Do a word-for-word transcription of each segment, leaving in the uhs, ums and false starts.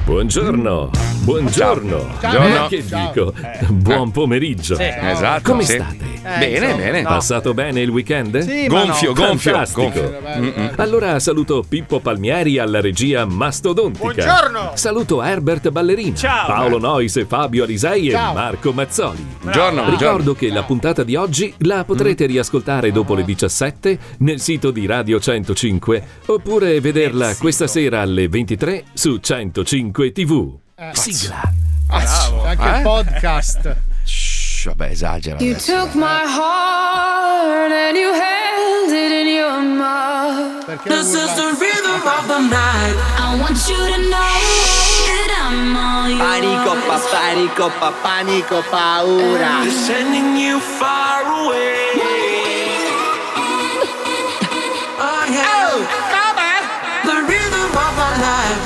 Buongiorno, buongiorno. Ciao. Ciao. Che Ciao. dico? Buon pomeriggio. Sì, esatto. Come sì. state? Eh, bene, insomma, bene. no. Passato bene il weekend? Sì, Gonfio, ma no. gonfio, Fantastico. gonfio. Bello, bello. Allora saluto Pippo Palmieri alla regia mastodontica. Buongiorno. Saluto Herbert Ballerina, Ciao. Paolo Nois e Fabio Arisei Ciao. e Marco Mazzoli. Buongiorno, Ricordo che la puntata di oggi la potrete riascoltare dopo le diciassette nel sito di Radio centocinque oppure vederla questa sera alle ventitré su centocinque tivù. Sigla. Bravo. Anche Eh? il podcast. Shh, vabbè, esagera. You adesso. took my heart and you held it in your mouth. Perché This is urla? the rhythm of the night. I want you to know that I'm all yours. Panico, pa, panico, pa, panico, paura. Sending you far away. Oh yeah. The rhythm of the night.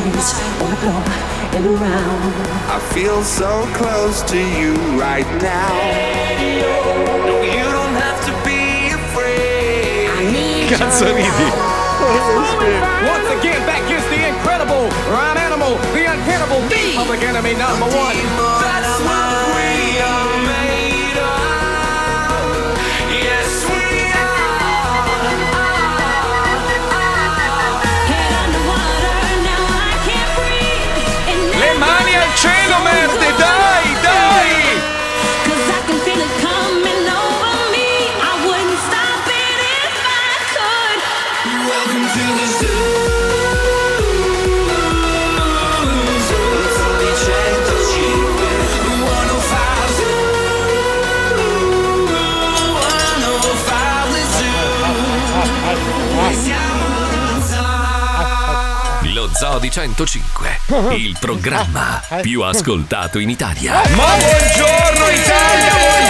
I feel so close to you right now. No, you don't have to be afraid. Cazzo ridi? Once again, back is the incredible rhyme animal, the unhittable, public enemy number one. That's what we are made of. Yes, we are. Head underwater, now I can't breathe. And Le mani al cielo, merde, dai, dai! Cause I can feel it coming over me. I wouldn't stop it if I could. Welcome to the zoo. Soli centocinque, centocinque the zoo. Siamo in Lo Zoo di centocinque, il programma più ascoltato in Italia. Ma buongiorno Italia,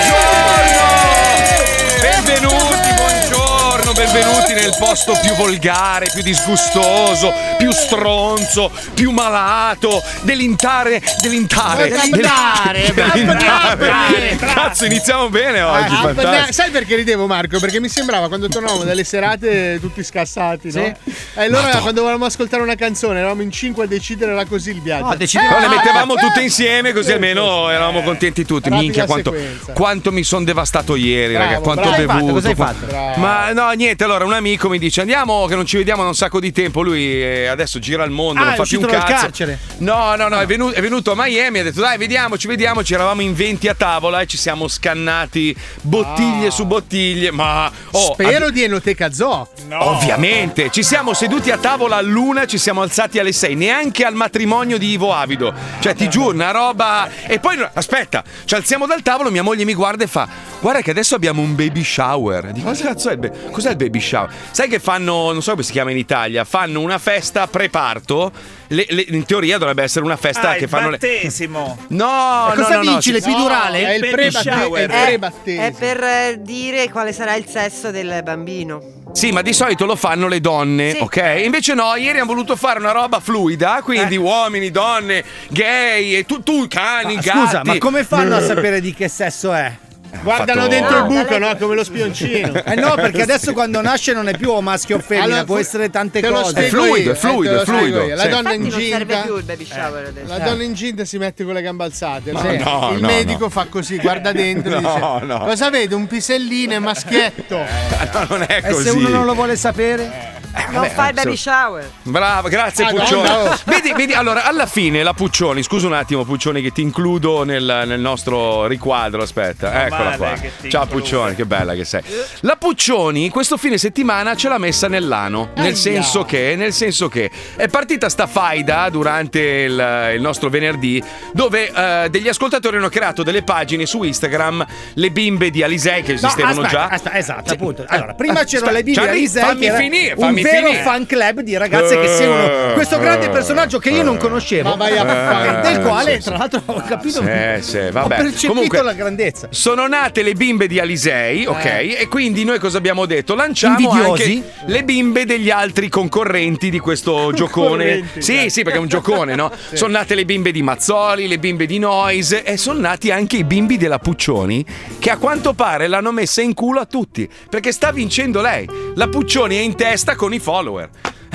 buongiorno! Benvenuti, buongiorno, benvenuti nel posto più volgare, più disgustoso, più stronzo, più malato, dell'intare, dell'intare, Dell'intare, dell'intare. Cazzo, iniziamo bene oggi, Ah, fantastico. sai perché ridevo, Marco? Perché mi sembrava quando tornavamo dalle serate tutti scassati, no? E allora Madonna. quando volevamo ascoltare una canzone, eravamo in cinque a decidere, era così il viaggio. No, decidevamo- Poi le mettevamo eh, tutte eh. insieme così Sì, almeno sì, sì. eravamo contenti tutti. Rapida Minchia, quanto, sequenza. quanto mi sono devastato ieri, Bravo, raga, quanto bravo. ho Cosa hai bevuto. fatto? Cosa hai fatto? Bravo. Ma no, niente, allora un amico mi dice andiamo che non ci vediamo da un sacco di tempo. Lui eh, adesso gira il mondo, Ah, non è fa più un uscito dal cazzo. carcere? No, no, no, è venuto, è venuto a Miami, ha detto dai vediamoci, vediamoci. Eravamo in venti a tavola e ci siamo scannati bottiglie Ah. su bottiglie. Ma oh, Spero di Enoteca Zoo. ovviamente, ci siamo seduti a tavola all'una, ci siamo alzati alle sei, neanche al matrimonio di Ivo Avido. Cioè, ti giuro, una roba. E poi, no, aspetta, ci alziamo dal tavolo, mia moglie mi guarda e fa: guarda che adesso abbiamo un baby shower. Dico, cosa cazzo è il, ba- cos'è il baby shower? Sai che fanno, non so come si chiama in Italia, fanno una festa preparto. Le- le- in teoria dovrebbe essere una festa Ah, che il fanno le. battesimo. No, E cosa no, no, no, dici, si- l'epidurale? No, è il Baby pre-batte- shower. è il Eh, pre-battesimo. È per eh, dire quale sarà il sesso del bambino. Sì, ma di solito lo fanno le donne, Sì. ok? Invece no, ieri hanno voluto fare una roba fluida, quindi uomini, donne, gay, e tu, tu cani, Ma gatti. scusa, ma come fanno a sapere di che sesso è? Guardano fatto- dentro il No, buco, dalle- no? Come lo spioncino. Eh no, perché adesso quando nasce non è più o maschio o femmina, Allora, può fu- essere tante te lo cose. spiego È fluido, io, è fluido, eh, te lo è fluido, spiego io. La sì. donna Infatti non serve incinta. più il baby shower adesso. La donna incinta si mette con le gambe alzate. Ma Sì. no, il no, medico no. fa così, guarda dentro e No, dice: no. cosa vede? Un pisellino e maschietto. No, non è E così. se uno non lo vuole sapere? non fa il baby shower. Bravo, grazie Madonna, Puccioni. oh. Vedi, vedi, allora alla fine la Puccioni, scusa un attimo Puccioni che ti includo nel, nel nostro riquadro, aspetta, eccola male qua. che ti Ciao includo. Puccioni, che bella che sei. La Puccioni questo fine settimana ce l'ha messa nell'ano, nel Aia. senso che, nel senso che è partita sta faida durante il, il nostro venerdì dove eh, degli ascoltatori hanno creato delle pagine su Instagram, le bimbe di Alisei che No, esistevano aspetta, già. aspetta, esatto, Sì. appunto. Allora, prima c'erano Aspetta, le bimbe Charlie, Alisei, fammi che era finire, un fammi vero finire. fan club di ragazze che seguono questo grande personaggio che io non conoscevo, Ma vai a fare. del quale sì, sì. tra l'altro ho capito, Sì, sì, ho vabbè. percepito Comunque, la grandezza. sono nate le bimbe di Alisei, ok? E quindi noi cosa abbiamo detto? Lanciamo Invidiosi? anche le bimbe degli altri concorrenti di questo giocone. Concorrenti, Sì, dai. sì, perché è un giocone, no? Sono nate le bimbe di Mazzoli, le bimbe di Noise e sono nati anche i bimbi della Puccioni che a quanto pare l'hanno messa in culo a tutti perché sta vincendo lei. La Puccioni è in testa con i follower. Eh,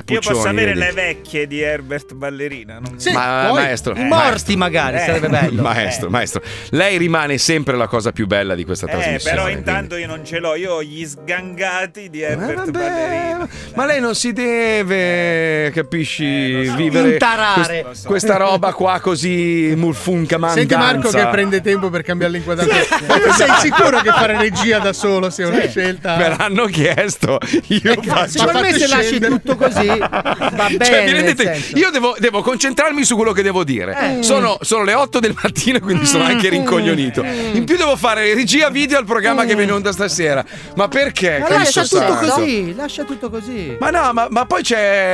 cappuccioni. Io posso avere vedi. le vecchie di Herbert Ballerina. Non... Sì, Ma poi, maestro, I morti magari, Eh. sarebbe bello. maestro, maestro, lei rimane sempre la cosa più bella di questa Eh, trasmissione. però quindi. intanto io non ce l'ho, io ho gli sgangati di Eh, Herbert vabbè, Ballerina. ma lei non si deve, capisci, so. vivere Intarare. quest- questa roba qua così murfunca mandanza. Senti Marco che prende tempo per cambiare l'inquadratura. Ma tu sei sicuro che fare regia da solo sia una scelta? Me l'hanno chiesto, io faccio. Secondo me se lasci scendere. tutto così va bene. Cioè, vi nel rendete- senso. io devo, devo concentrarmi su quello che devo dire. Eh. Sono, sono le otto del mattino, quindi sono anche rincoglionito. In più devo fare regia video al programma che viene in onda stasera. Ma perché? Ma Che lascia tutto santo? così, lascia tutto così. Ma no, ma, ma poi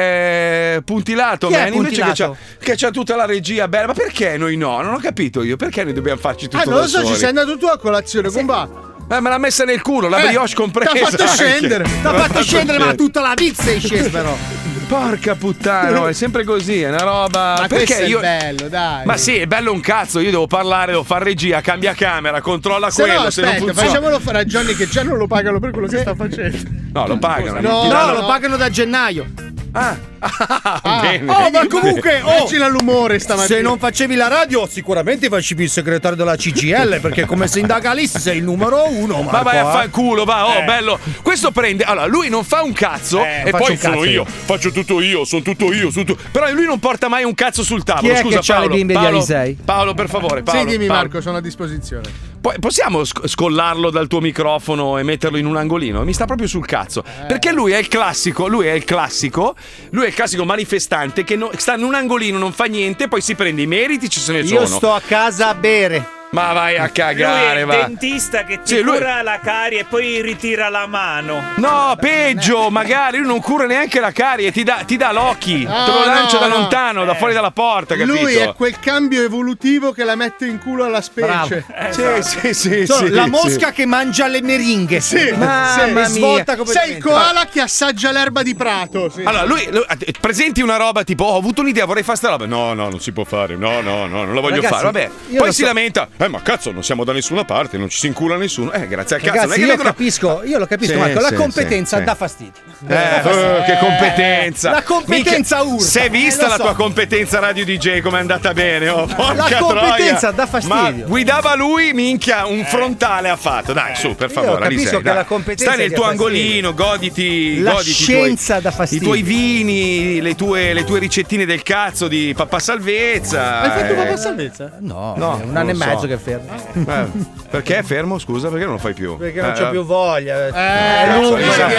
c'è Puntilato, Chi è man, invece che c'ha, Puntilato? che c'ha tutta la regia bella. Ma perché noi no? Non ho capito io. Perché noi dobbiamo farci tutto Ah, non da lo so, soli? ci sei andato tu a colazione con va. Eh, me l'ha messa nel culo, la Eh, brioche compresa. t'ha fatto anche. scendere. T'ha fatto scendere, ma tutta la vita sei sceso però. Porca puttana, no, è sempre così, è una roba. Ma perché questo è io. bello, dai. Ma sì, è bello un cazzo, io devo parlare, devo fare regia, cambia camera, controlla Se quello, no, se non aspetta, funziona. facciamolo fare a Johnny che già non lo pagano per quello che sta facendo. No, lo pagano. No, non ti No, danno- lo pagano da gennaio. Ah, ah, bene. Oh, ma comunque, oh, Immagina l'umore stamattina. se non facevi la radio, sicuramente facevi il segretario della C G I L, perché come sindacalista sei il numero uno. Ma Marco, vai a eh. fanculo, va, oh, Eh. bello. Questo prende. Allora, lui non fa un cazzo Eh, e faccio poi un cazzo sono io, io. faccio tutto io, sono tutto io, sono tu- però lui non porta mai un cazzo sul tavolo. Chi è Scusa, che c'ha le Paolo, bimbe di Paolo, Alisei? Paolo, per favore, Paolo. Sì, dimmi Paolo. Marco, sono a disposizione. Poi possiamo sc- scollarlo dal tuo microfono e metterlo in un angolino? Mi sta proprio sul cazzo. Perché lui è il classico, lui è il classico, lui è il classico manifestante che no- sta in un angolino, non fa niente, poi si prende i meriti, ci se ne Io sono. sto a casa a bere. Ma vai a Lui è cagare, il va. dentista che ti Sì, lui- cura la carie e poi ritira la mano. No, peggio, magari lui non cura neanche la carie, ti dà, ti dà l'occhi, No, te lo lancia no, da no. lontano, da Eh. fuori dalla porta, capito? Lui è quel cambio evolutivo che la mette in culo alla specie. Sì, sì, sì, Sono sì, la sì. mosca che mangia le meringhe. Sì, Mamma sì. mia. Svolta Sei completamente. il koala che assaggia l'erba di prato. Sì. Allora, lui, lui- eh, presenti una roba tipo, oh, ho avuto un'idea, vorrei fare sta roba. No, no, non si può fare. No, no, no, non la voglio Ragazzi, fare. Vabbè. io Poi lo si so. lamenta. Eh, ma cazzo, non siamo da nessuna parte, non ci si incula nessuno. Eh, grazie al cazzo. non è Ragazzi, che io vengono- capisco, io lo capisco, Sì, Marco, la sì, competenza sì, dà sì. fastidio. Eh, oh, che competenza! La competenza Minchia, urta. Si è vista Eh, lo la so. tua competenza radio D J come è andata bene? Oh, porca La competenza troia. dà fastidio. Ma guidava lui, minchia, un frontale ha fatto. Dai, su, per favore, capisco Alisei, che dai. la competenza Stai nel dia tuo fastidio. angolino, goditi, La goditi i scienza tuoi, dà fastidio. i tuoi vini, le tue, le tue ricettine del cazzo di papà Salvezza. Hai fatto eh. papà salvezza? No, No, è un non anno e lo so. mezzo che è fermo. Eh, perché è fermo? Scusa, perché non lo fai più? Perché non Eh, c'ho più voglia. Eh, è lungo Alisei, da Alisei,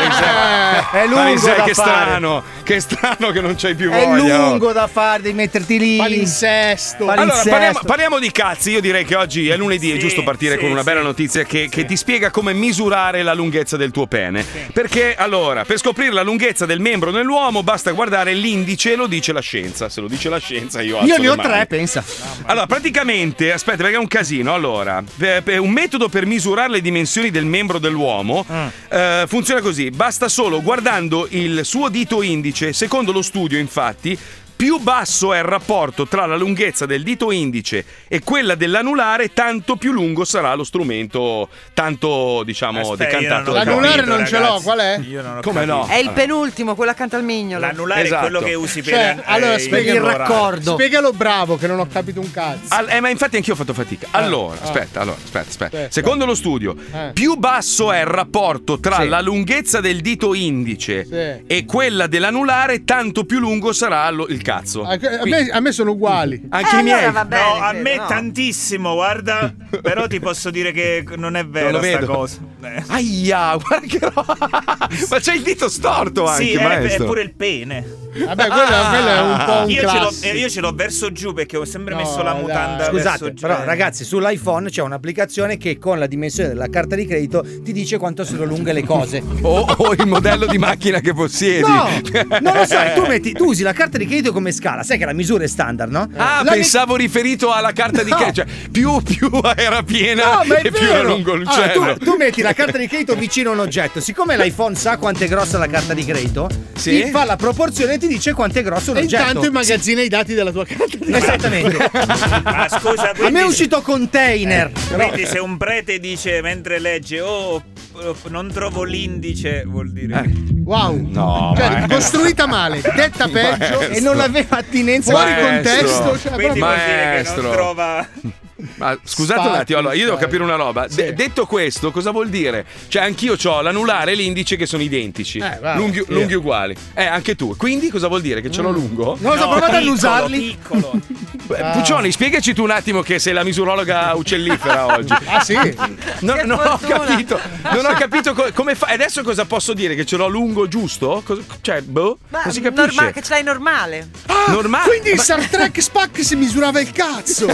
fare. È lungo Alisei, da che fare. strano, che strano che non c'hai più È voglia. oh. lungo da fare, devi metterti lì. Palinsesto. Pali- Allora, parliamo, Palinsesto. parliamo di cazzi. Io direi che oggi è lunedì, è Sì, giusto partire sì, con una bella sì. notizia che, che ti spiega come misurare la lunghezza del tuo pene. Perché, allora, per scoprire la lunghezza del membro nell'uomo basta guardare l'indice, lo dice la scienza. Se lo dice la scienza, io alzo Io ne le ho mani. tre, pensa. Allora, praticamente, aspetta, perché è un casino. Allora, per- per- un metodo per misurare le dimensioni del membro dell'uomo eh, funziona così: basta solo guardando il suo dito indice. Secondo lo studio, infatti, più basso è il rapporto tra la lunghezza del dito indice e quella dell'anulare, tanto più lungo sarà lo strumento, tanto diciamo Aspetta, io decantato. non ho da L'anulare capito, non ce l'ho, ragazzi. qual è? Io non ho Come capito. no? È il penultimo, quello accanto al mignolo. L'anulare Esatto. è quello che usi per Cioè, eh, allora, i- spieghi il i lavorare. raccordo. Spiegalo bravo che non ho capito un cazzo. Al- eh, ma infatti anch'io ho fatto fatica. Allora, ah. aspetta, allora, aspetta, aspetta. Aspetta. Secondo lo studio, Eh. più basso è il rapporto tra Sì. la lunghezza del dito indice Sì. e quella dell'anulare, tanto più lungo sarà lo- il cazzo. A, a me, a me sono uguali. Anche Eh, i miei. allora va bene, No, a credo, me no. tantissimo, guarda. Però ti posso dire che non è Non vera lo sta vedo. cosa. Eh. Aia, guarda che roba. Ma c'è il dito storto anche, Sì, è, è maestro. pure il pene. Vabbè, quello, Ah. quello è un po' un Io ce, l'ho, classico. eh, io ce l'ho verso giù perché ho sempre No, messo la dai. mutanda Scusate, verso giù. però Eh. ragazzi, sull'iPhone c'è un'applicazione che con la dimensione della carta di credito ti dice quanto sono lunghe le cose. O, o il modello di macchina che possiedi. No, non lo sai, tu, metti, tu usi la carta di credito come scala, sai che la misura è standard, no? Ah, La pensavo riferito alla carta di No. credito. Cioè, più, più era piena No, ma è e più era vero. lungo Allora, l'uccello. tu, tu metti la carta di credito vicino a un oggetto. Siccome l'iPhone sa quanto è grossa la carta di credito, Sì? ti fa la proporzione e ti dice quanto è grosso un E oggetto. intanto immagazzina i dati della tua carta. Esattamente. Ma scusa, A quindi, me è uscito container. Però- quindi se un prete dice mentre legge oh p- non trovo l'indice, vuol dire Eh. Wow. No, cioè, maestro. costruita male, detta peggio Maestro. e non aveva attinenza fuori Maestro. contesto. Cioè, Quindi proprio- vuol dire che Maestro. non trova. Ma scusate un Spacchi, attimo, allora io devo spacchi. capire una roba. De- detto questo, cosa vuol dire? Cioè, anch'io ho l'anulare e l'indice che sono identici, Eh, va, lunghi, sì. lunghi uguali. Eh, anche tu. Quindi cosa vuol dire? Che ce l'ho lungo? Non lo so, No, provate a piccolo, usarli. piccolo. Beh, Puccioni, spiegaci tu un attimo che sei la misurologa uccellifera oggi. Ah sì? No, Che non ho fortuna. capito, non ho capito co- come fa. Adesso cosa posso dire? Che ce l'ho lungo giusto? Cos- cioè, boh, Ma non si norma- capisce. che ce l'hai normale. Ah, Normale. quindi in Ma- Star Trek Spock si misurava il cazzo.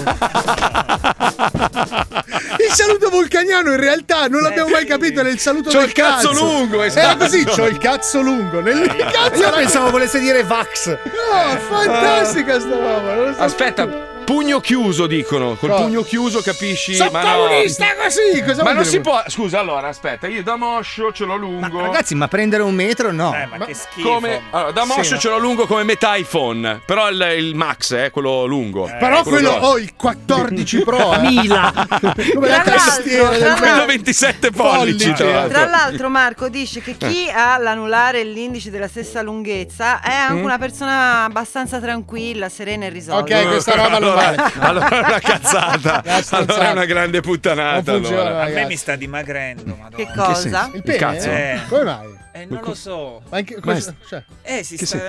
Il saluto vulcaniano in realtà non l'abbiamo mai capito, era il saluto C'ho del il cazzo lungo, Era esatto. così, c'ho il cazzo lungo. Nel cazzo Io pensavo volesse dire Vax. No, fantastica sta roba. Non lo so. Aspetta, pugno chiuso dicono. Col Cosa? pugno chiuso capisci? Sono ma no. comunista così. Cosa Ma vuol non dire? si può. Scusa, allora, aspetta, io da moscio ce l'ho lungo. Ragazzi, ma prendere un metro no. Eh, ma, Ma che schifo. Come? Allora, da moscio Sì, ce l'ho lungo come metà iPhone. Però il, il Max è quello lungo. Però quello grosso. ho il quattordici Pro. eh. Mila. Come la Tra tastiera l'altro, del tra Quello l'altro- ventisette pollici. Pollici, tra eh. l'altro. Tra l'altro Marco dice che chi ha l'anulare e l'indice della stessa lunghezza è anche una persona abbastanza tranquilla, serena e risolta. Ok, questa roba non allora, vale. allora è una cazzata. Una stronzata. Allora è una grande puttanata. Non funziona, allora. A me ragazzi. mi sta dimagrendo, madonna. Che cosa? Il pene? cazzo? Eh. Come mai? Eh, non lo so. Ma anche, Ma cosa, cioè, Eh, si Che sta.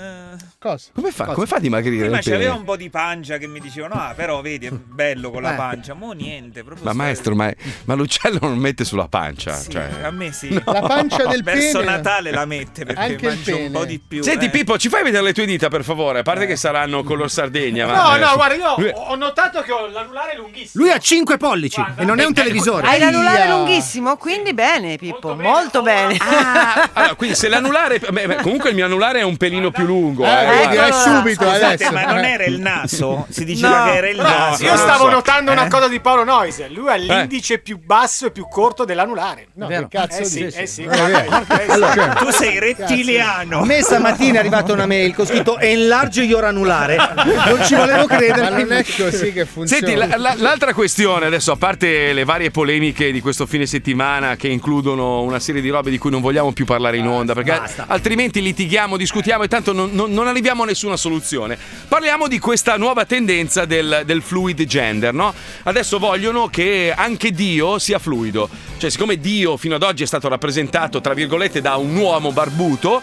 cosa? Come fa? Come fa a dimagrire? Prima il pene? c'aveva un po' di pancia che mi dicevano, ah, però vedi, è bello con la pancia. Mo' niente, proprio. Ma sta- maestro, ma, ma l'uccello non mette sulla pancia. Sì, Cioè. a me sì. La pancia del Verso pene. Natale la mette perché Anche il mangio pene. un po' di più. Senti eh. Pippo, ci fai vedere le tue dita per favore? A parte che saranno color Sardegna. No, ma, no, eh, guarda, io lui- ho notato che ho l'anulare lunghissimo. Lui ha cinque pollici Guarda. e non è un televisore. Hai l'anulare Aia. lunghissimo, quindi bene Pippo, Molto bene, molto bene. Ah, allora, quindi se l'anulare. beh, beh, comunque il mio anulare è un pelino più lungo. Eh, eh, vedi, guarda. è subito Scusate, adesso. ma non Eh. era il naso? Si diceva No. che era il Però naso. io non lo stavo so. notando una Eh? cosa di Paolo Noise. Lui ha l'indice più basso e più corto dell'anulare. No, Vero. che cazzo Eh sì, dici? eh sì. Non è vero. Eh sì. Tu sei rettiliano. A me stamattina è arrivata una mail con scritto enlarge your anulare. Non ci volevo Ma credere. non è così che funziona. Senti, la- la- l'altra questione adesso, a parte le varie polemiche di questo fine settimana che includono una serie di robe di cui non vogliamo più parlare in onda, perché Basta. altrimenti litighiamo, discutiamo e tanto non, non- non arriviamo a nessuna soluzione. Parliamo di questa nuova tendenza del, del fluid gender, no? Adesso vogliono che anche Dio sia fluido. Cioè, siccome Dio fino ad oggi è stato rappresentato, tra virgolette, da un uomo barbuto,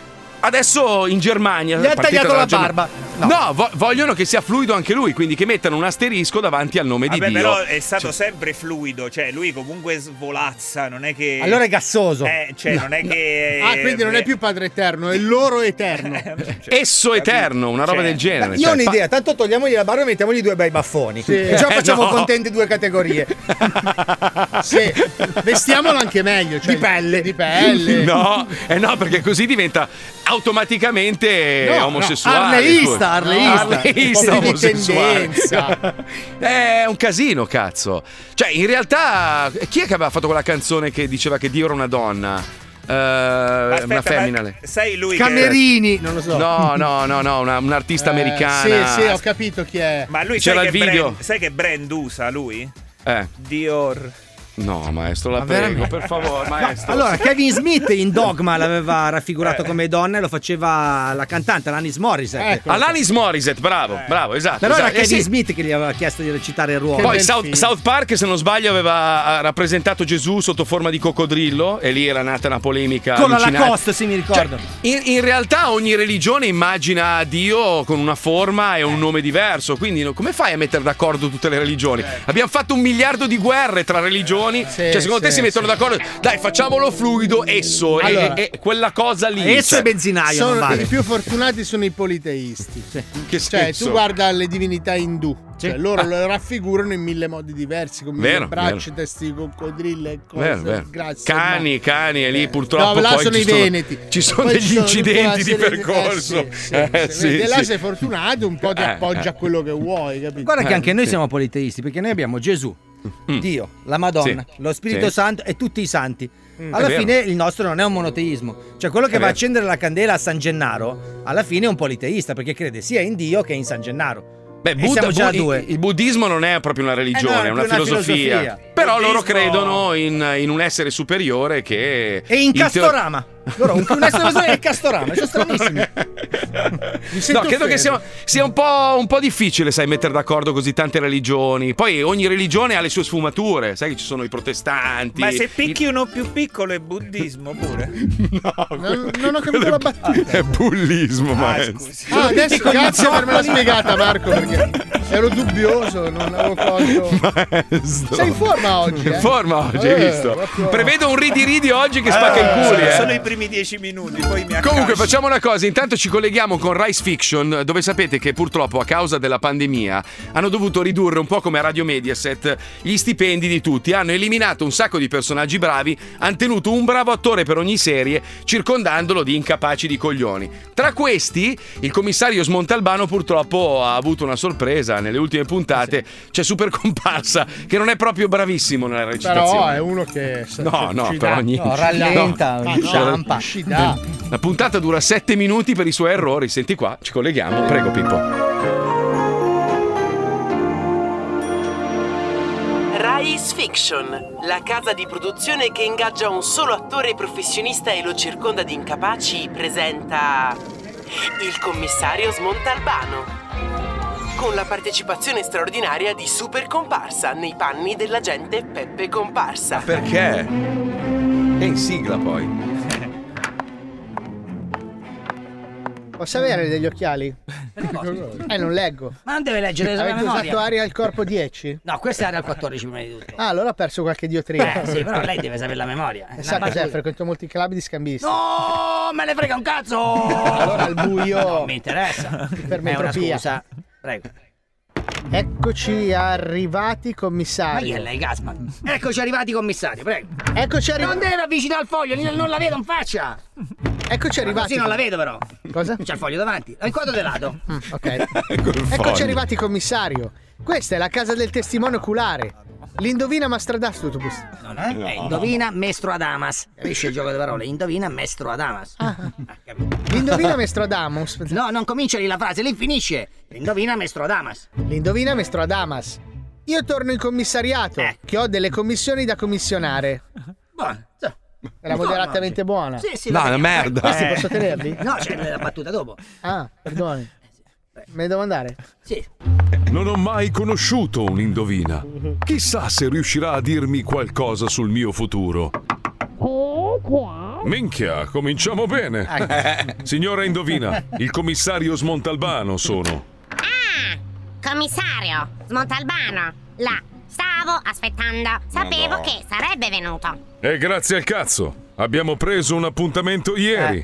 adesso in Germania Gli ha partita tagliato dalla la Germania- barba. No, vo- vogliono che sia fluido anche lui, quindi che mettano un asterisco davanti al nome Vabbè, di Dio. però è stato sempre fluido, cioè lui comunque svolazza, non è che. Allora è gassoso. Eh, cioè, non è che. Ah, quindi non è più padre eterno, è loro eterno. Cioè, Esso eterno, una roba Cioè, del genere. Io cioè, ho un'idea, tanto togliamogli la barba e mettiamogli due bei baffoni. Sì. E già Eh, facciamo no. contenti due categorie. Sì, vestiamolo anche meglio. Cioè, Di pelle. Di pelle. No, eh no, perché così diventa automaticamente No, omosessuale. Arleista, arleista. Arleista, Un po' più di omosessuale. tendenza. È un casino, cazzo. Cioè, in realtà, chi è che aveva fatto quella canzone che diceva che Dio era una donna? Eh, Aspetta, una femmina. ma lei. sai lui Camerini, non lo so. No, no, no, no, una- un'artista Eh, americana. Sì, sì, ho capito chi è. che. Ma lui C'era sai il che, video. brand, sai che brand usa lui? Eh. Dior. No, maestro, la Ma prego, veramente? per favore, maestro. Allora, Kevin Smith in Dogma l'aveva raffigurato come donna e lo faceva la cantante Alanis Morissette. Ecco. Alanis Morissette, bravo, bravo, esatto. Però era esatto. Eh, Kevin sì. Smith che gli aveva chiesto di recitare il ruolo. Poi bel South, film. South Park, se non sbaglio, aveva ha rappresentato Gesù sotto forma di coccodrillo e lì era nata una polemica Con la allucinante. Lacoste, sì, mi ricordo. Cioè, in, in realtà ogni religione immagina Dio con una forma e un nome diverso, quindi no, come fai a mettere d'accordo tutte le religioni? Abbiamo fatto un miliardo di guerre tra religioni, Sì, cioè secondo te sì, si mettono sì. d'accordo? Dai, facciamolo fluido, esso, e- Allora, e, e quella cosa lì. Esso cioè, è benzinaio, non Sono, vale. I più fortunati sono i politeisti. che Cioè, senso? tu guarda le divinità indù. Sì. Cioè, loro lo raffigurano in mille modi diversi, con Vero, mille braccia, vero. testi di coccodrillo e cose. Vero, vero. Grazie. Cani, cani, e lì purtroppo No, là poi sono ci i veneti. Ci sono Poi degli ci sono tutta incidenti una di serie di- percorso. Eh, sì, sì, Eh, sì. sì, E là sì. sei fortunato, un po' ti Eh, appoggia eh. a quello che vuoi, capito? Guarda che Eh, anche noi sì. siamo politeisti perché noi abbiamo Gesù, Mm. Dio, la Madonna, Sì. lo Spirito Sì. Santo e tutti i santi. Alla È vero. fine il nostro non è un monoteismo. Cioè quello che È va a vero. accendere la candela a San Gennaro, alla fine è un politeista perché crede sia in Dio che in San Gennaro. Beh, E Buddha- siamo già a Bu- due. il, il buddismo non è proprio una religione, Eh no, è è una più una filosofia. filosofia. Però loro Buddismo- credono in, in un essere superiore che. E in teo- Castorama. Loro un, un extraterrestre è Castorama, sono stranissimi. No, credo che sia, sia un, po', un po' difficile, sai, mettere d'accordo così tante religioni. Poi ogni religione ha le sue sfumature, sai che ci sono i protestanti. Ma se picchi uno più piccolo è buddismo pure. No, non, non ho capito la battuta. È bullismo, Ah, maestro. scusi. Ah, adesso grazie per avermela spiegata, Marco, perché ero dubbioso, non avevo colto. Maestro. Sei in forma oggi, eh? In forma oggi, Eh, hai visto? proprio- Prevedo un ridi ridi oggi che spacca i culi, Sono, eh. sono i primi dieci minuti, poi mi accascio. Comunque facciamo una cosa, intanto ci colleghiamo con Rise Fiction, dove sapete che purtroppo a causa della pandemia hanno dovuto ridurre un po' come a Radio Mediaset gli stipendi di tutti, hanno eliminato un sacco di personaggi bravi, hanno tenuto un bravo attore per ogni serie, circondandolo di incapaci di coglioni. Tra questi, il commissario Smontalbano purtroppo ha avuto una sorpresa, nelle ultime puntate c'è Super Comparsa che non è proprio bravissimo nella recitazione. Però è uno che No, no, ci però dà. niente. No, rallenta, No, inciampa. ci dà. La puntata dura sette minuti per i suoi errori. Senti qua, ci colleghiamo. Prego, Pippo. Rise Fiction, la casa di produzione che ingaggia un solo attore professionista e lo circonda di incapaci, presenta il commissario Smontalbano, con la partecipazione straordinaria di Super Comparsa nei panni dell'agente Peppe Comparsa. Perché? È in sigla poi. Posso avere degli occhiali? Eh, non leggo. Ma non deve leggere la Avete memoria. usato aria al corpo dieci? No, questa è area al quattordici prima di tutto. Ah, allora ho perso qualche diotria. Eh, sì, però lei deve sapere la memoria. E sa cos'è? Frequento molti club di scambisti. No, me ne frega un cazzo! Allora al buio. Non mi interessa. È una Ipermetropia. scusa. Prego. Eccoci arrivati, Ma commissario. chi è lei, Gasman? Eccoci arrivati, commissario, prego. Eccoci arrivati. Non deve avvicinare il foglio, non non la vedo in faccia. Eccoci arrivati. Così non la vedo però. Cosa? C'è il foglio davanti. Lo inquadro di lato. Mm, ok. Eccoci arrivati, commissario. Questa è la casa del testimone oculare. L'indovina Mastradastutubus. Non è? Eh, indovina Mestro Adamas. Capisci il gioco di parole? Indovina Mestro Adamas. Ah. Ah, capito? L'indovina Mestro Adamus. No, non comincia lì la frase, lì finisce. Indovina Mestro Adamas. L'indovina Mestro Adamas. Io torno in commissariato, Eh. che ho delle commissioni da commissionare. Buono. So. Era moderatamente buona. Sì, sì. No, la una vediamo. merda. Questi Eh. posso tenerli? No, c'è la battuta dopo. Ah, perdoni. Me ne devo andare? Sì. Non ho mai conosciuto un'indovina. Chissà se riuscirà a dirmi qualcosa sul mio futuro. Minchia, cominciamo bene. Signora Indovina, il commissario Smontalbano sono. Ah, commissario Smontalbano, là, stavo aspettando, sapevo Madonna. che sarebbe venuto. E grazie al cazzo, abbiamo preso un appuntamento ieri.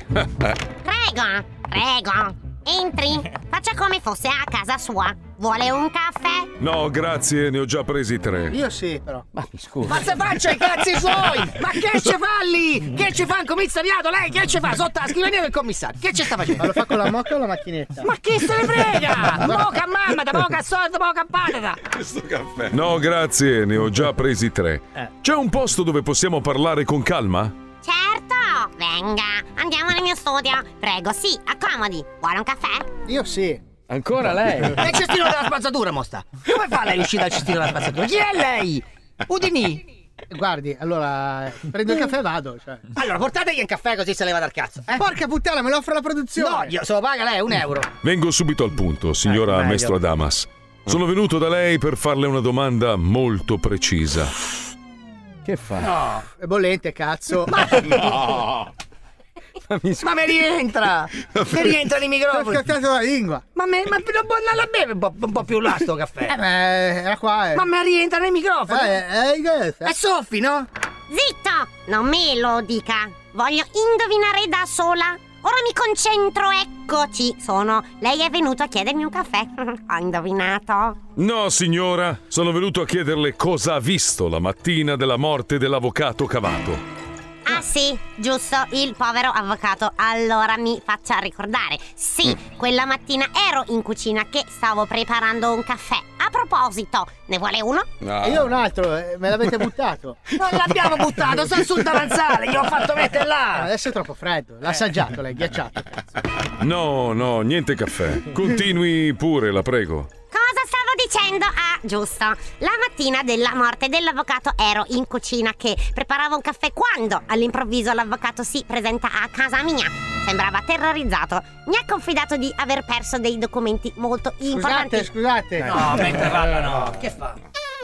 Prego, prego, entri, faccia come fosse a casa sua. Vuole un caffè? No, grazie, ne ho già presi tre. Io sì, però. Ma scusa. Ma se faccia i cazzi suoi! Ma che ce fa lì? Che ce fa il commissariato? Lei che ce fa? Sotto la scrivania del commissario. Che ce sta facendo? Ma lo fa con la mocca o la macchinetta? Ma chi se ne frega? Moca mamma, da poca solda, poca patata. Questo caffè. No, grazie, ne ho già presi tre. C'è un posto dove possiamo parlare con calma? Certo, venga, andiamo nel mio studio. Prego, sì, accomodi. Vuole un caffè? Io sì. Ancora lei? E il cestino della spazzatura, mosta. Come fa lei a uscire dal cestino della spazzatura? Chi è lei? Udini. Guardi, allora prendo il caffè e vado. Cioè. Allora, portategli un caffè così se leva dal cazzo. Eh? Porca puttana, me lo offre la produzione. No, io, se lo paga lei, un euro. Vengo subito al punto, signora Eh, meglio. Maestro Adamas. Sono venuto da lei per farle una domanda molto precisa. Che fa? No. È bollente, cazzo. Ma, No. ma mi rientra. Mi rientra nei Ho microfoni. scattato la lingua. Ma, me, ma non può andare a bere un po', un po' più là sto caffè. Eh, beh, era qua. Eh. Ma mi rientra nei microfoni. Eh, eh, che È soffi, no? Zitto, non me lo dica. Voglio indovinare da sola. Ora mi concentro, eccoci. Sono. Lei è venuto a chiedermi un caffè. Ho indovinato. No, signora, sono venuto a chiederle cosa ha visto la mattina della morte dell'avvocato Cavato. Ah sì, giusto, il povero avvocato. Allora mi faccia ricordare. Sì, quella mattina ero in cucina che stavo preparando un caffè. A proposito, ne vuole uno? No. E io un altro, eh, me l'avete buttato. Non l'abbiamo buttato, sono sul davanzale, gli ho fatto mettere là. Adesso è troppo freddo. L'ha assaggiato lei, ghiacciato. Cazzo. No, no, niente caffè. Continui pure, la prego. Cosa stavo dicendo? Ah, giusto. La mattina della morte dell'avvocato ero in cucina che preparavo un caffè quando all'improvviso l'avvocato si presenta a casa mia. Sembrava terrorizzato. Mi ha confidato di aver perso dei documenti molto importanti. Scusate, scusate. No, mentre parla no. Che fa?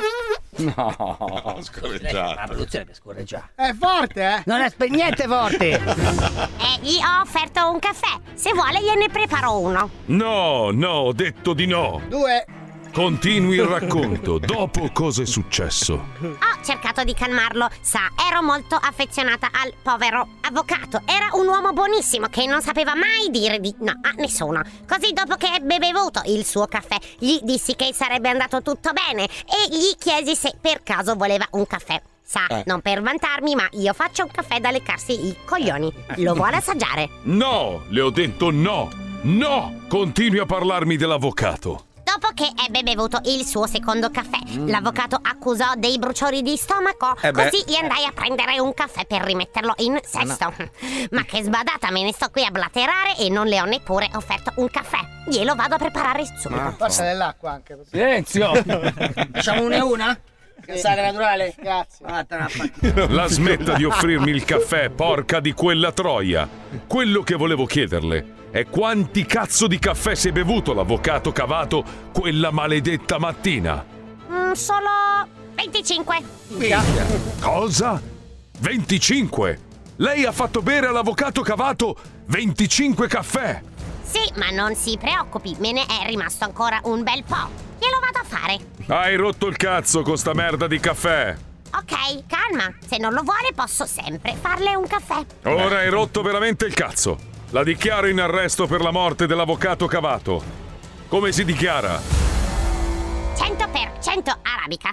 No, scorreggiato. La produzione per scorreggiare. È forte, eh? Non è per niente forte. E gli ho offerto un caffè. Se vuole gliene preparo uno. No, no, ho detto di no. Due. Continui il racconto. Dopo cosa è successo? Ho cercato di calmarlo. Sa, ero molto affezionata al povero avvocato. Era un uomo buonissimo che non sapeva mai dire di no a nessuno. Così dopo che ebbe bevuto il suo caffè, gli dissi che sarebbe andato tutto bene e gli chiesi se per caso voleva un caffè. Sa, eh. non per vantarmi, ma io faccio un caffè da leccarsi i coglioni. Lo vuole assaggiare? No, le ho detto no. No, continui a parlarmi dell'avvocato. Dopo che ebbe bevuto il suo secondo caffè, mm. l'avvocato accusò dei bruciori di stomaco. Eh così gli andai a prendere un caffè per rimetterlo in sesto. No. Ma che sbadata, me ne sto qui a blaterare e non le ho neppure offerto un caffè. Glielo vado a preparare subito. Forse dell'acqua anche. Silenzio. Facciamo una e una? Sale naturale? Grazie. La smetta di offrirmi il caffè, porca di quella troia. Quello che volevo chiederle è quanti cazzo di caffè si è bevuto l'avvocato Cavato quella maledetta mattina? Mm, solo venticinque. Cosa? venticinque? Lei ha fatto bere all'avvocato Cavato venticinque caffè? Sì, ma non si preoccupi, me ne è rimasto ancora un bel po'. Glielo vado a fare. Hai rotto il cazzo con sta merda di caffè. Ok, calma. Se non lo vuole posso sempre farle un caffè. Ora hai rotto veramente il cazzo. La dichiaro in arresto per la morte dell'avvocato Cavato. Come si dichiara? cento per cento arabica.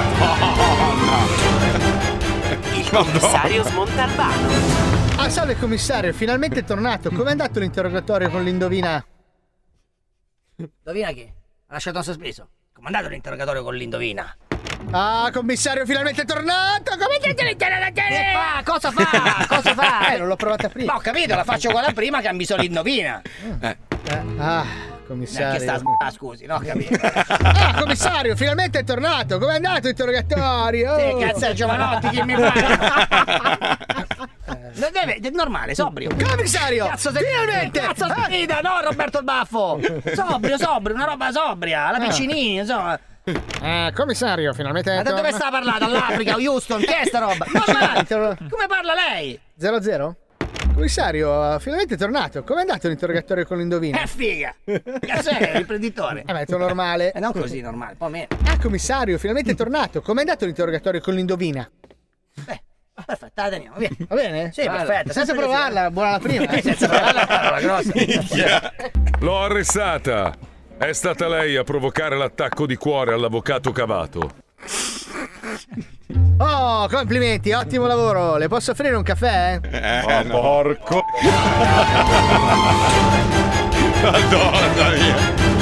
Il commissario Smontalbano. Ah, salve commissario, finalmente è tornato. Com'è andato l'interrogatorio con l'indovina? Indovina chi? Ha lasciato un sospeso. Com'è andato l'interrogatorio con l'indovina? Ah, commissario, finalmente è tornato! Come andate l'interrogatorio? Che fa? Cosa fa? Cosa fa? Eh, non l'ho provata prima. Ma ho capito, la faccio quella prima che ha bisogno l'indovina. Eh. Eh. Ah, commissario. Che sta a s***a, scusi, no, ho capito. Ah, commissario, finalmente è tornato. Com'è andato l'interrogatorio? Sì, cazzo è Giovanotti, chi mi fa? Non deve, è normale, sobrio. Commissario! Cazzo sei finalmente! Cazzo sfida, no Roberto il Baffo! Sobrio, sobrio, una roba sobria, la piccinini, insomma. Eh, commissario, finalmente. Ma da dove sta parlando? All'Africa, Houston, che è sta roba? Normale! Come parla lei? zero zero? Commissario, finalmente è tornato. Com'è andato l'interrogatorio con l'indovina? Eh, figa! Cazzo è l'imprenditore? Eh, ma è tutto normale. Eh, non così normale, un po' meno. Ah, commissario, finalmente è tornato. Com'è andato l'interrogatorio con l'indovina? Beh. Perfetto, la teniamo, via. Va bene? Sì, perfetto. Senza provarla, buona la prima. Eh, senza provarla, parola grossa. L'ho arrestata. È stata lei a provocare l'attacco di cuore all'avvocato Cavato. Oh, complimenti, ottimo lavoro. Le posso offrire un caffè? Eh, oh, no. porco. Madonna mia.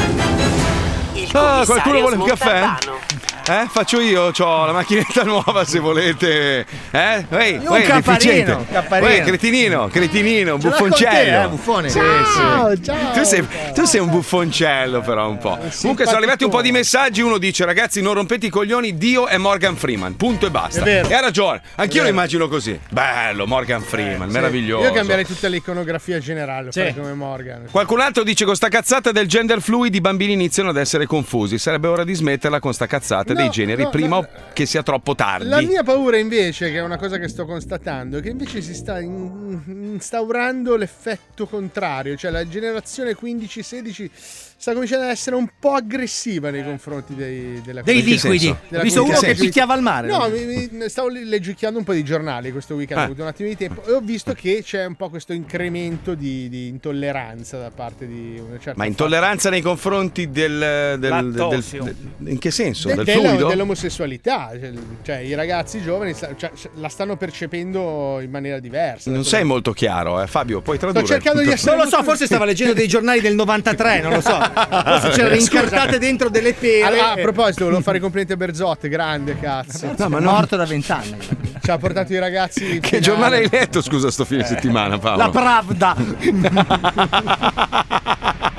Ah, qualcuno vuole un caffè? Eh, faccio io, c'ho la macchinetta nuova se volete. Eh? Ehi, un ehi, capparino, capparino. Ehi, cretinino, cretinino, Ce l'ho buffoncello. con te, eh, buffone. Sì, Ciao, sì. ciao. Tu sei, tu sei un buffoncello però un po'. Comunque sono arrivati un po' di messaggi, uno dice ragazzi non rompete i coglioni, Dio è Morgan Freeman, punto e basta. È vero. E ha ragione, anch'io È lo vero. immagino così. Bello, Morgan Freeman, Sì. meraviglioso. Io cambierei tutta l'iconografia generale, Sì. fare come Morgan. Qualcun altro dice con sta cazzata del gender fluid i bambini iniziano ad essere confusi. Sarebbe ora di smetterla con sta cazzata No, dei generi no, prima no. o che sia troppo tardi. La mia paura invece, che è una cosa che sto constatando, è che invece si sta in- instaurando l'effetto contrario, cioè la generazione quindici sedici sta cominciando ad essere un po' aggressiva nei confronti dei, della Dei comunità. liquidi. Della Ho visto comunità. uno che picchiava al mare. No, mi, mi- stavo li- leggiucchiando un po' di giornali questo weekend, Ah. ho avuto un attimo di tempo e ho visto che c'è un po' questo incremento di, di intolleranza da parte di una certa Ma intolleranza nei confronti del, del, del, Lattosio. del- in che senso? De- del della- fluido? dell'omosessualità, cioè, cioè i ragazzi giovani sta- cioè, la stanno percependo in maniera diversa. Non sei molto chiaro, eh. Fabio, puoi tradurre. cercando di tutto- essere- Non lo so, forse stava leggendo dei giornali del novantatré, non lo so. Forse c'erano incartate dentro delle pere. Ah, a proposito, volevo fare i complimenti a Berzotti, grande cazzo. No, ma È non- morto da vent'anni. Ci ha portato i ragazzi. in Che finale. giornale hai letto, scusa, sto fine settimana, Paolo? La Pravda. Oh,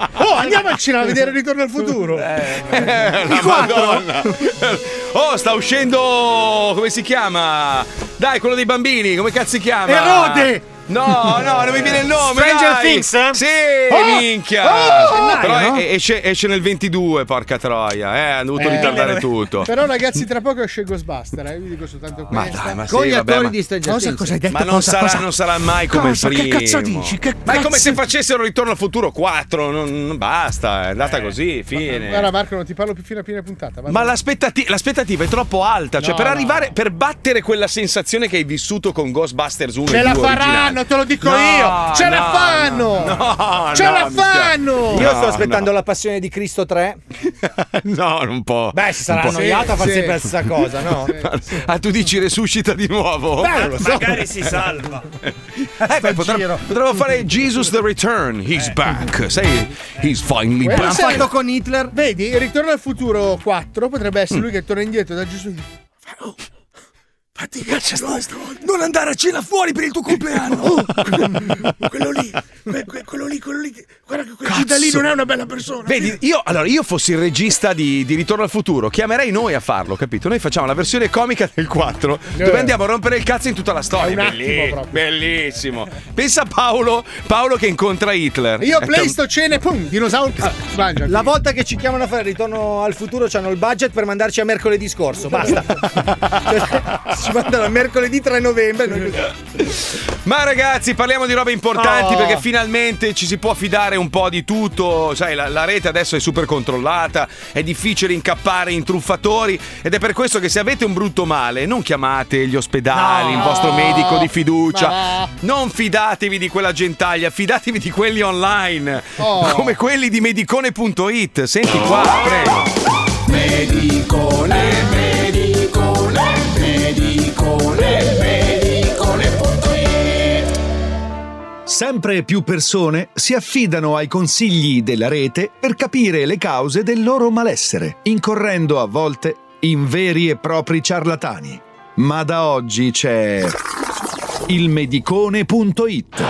Andiamo al cinema a vedere Ritorno al futuro. Eh, la Madonna. Oh, sta uscendo. Come si chiama? Dai, quello dei bambini, come cazzo si chiama? Erode! No, no, non mi viene il nome. Stranger dai. Things, eh? Sì, Oh! minchia. Oh! Però Gennaio, no? esce, esce nel ventidue, porca troia. Eh, hanno dovuto Eh, ritardare vabbè. tutto. Però ragazzi, tra poco esce Ghostbuster, eh? Vi dico soltanto Ma questo. dai, ma Con sì, gli vabbè, attori ma- di Stranger Cosa, Things. cosa hai detto? Ma non cosa, sarà, cosa? non sarà mai come Cosa? il primo. Che cazzo dici? Che Ma è come cazzo- se facessero Ritorno al futuro quattro. Non, non basta, è andata così, fine. Guarda Marco, non ti parlo più fino a fine puntata. va Ma bene? l'aspettati- l'aspettativa è troppo alta. Cioè, No, per no. arrivare, per battere quella sensazione che hai vissuto con Ghostbusters uno Ce e la due faranno, originali. te lo dico No, io! Ce no, la fanno! No, Ce no, la mi spiace. fanno! Io sto No, aspettando no. La Passione di Cristo tre. No, non può. Beh, si sarà non può. annoiato a far Sì, sempre la sì. stessa cosa, no? Ah, tu dici resuscita di nuovo? Beh, lo so. Magari si salva. Eh, beh, potre- potremmo fare Jesus the Return. He's back. Sai, he's finally Quello L'hanno back. sai- fatto con Hitler. Vedi, Ritorno al futuro quattro potrebbe essere lui che torna indietro da Gesù. Oh, fatti caccia non andare a cena fuori per il tuo compleanno. Oh, quello lì, que- que- quello lì, quello lì. Guarda che quel Cazzo. cittadino non è una bella persona. Vedi, io allora io fossi il regista di, di Ritorno al futuro, chiamerei noi a farlo, capito? Noi facciamo la versione comica del quattro, dove andiamo a rompere il cazzo in tutta la storia. È un attimo Belli- proprio. bellissimo. Pensa a Paolo, Paolo che incontra Hitler. Io Eh, play sto cene, pum, dinosauro. Ah, mangia. La volta che ci chiamano a fare Ritorno al futuro c'hanno il budget per mandarci a mercoledì scorso. Basta. Cioè, ci mandano a mercoledì tre novembre. Noi... Ma ragazzi, parliamo di robe importanti Oh. perché finalmente ci si può fidare un po' di tutto. Sai, la, la rete adesso è super controllata, è difficile incappare in truffatori ed è per questo che se avete un brutto male non chiamate gli ospedali, No. il vostro medico di fiducia. Ma Non fidatevi di quella gentaglia, fidatevi di quelli online, Oh. come quelli di medicone punto it. Senti qua, prego. Medicone, medicone, medicone, medicone punto it. Sempre più persone si affidano ai consigli della rete per capire le cause del loro malessere, incorrendo a volte in veri e propri ciarlatani. Ma da oggi c'è il medicone punto it.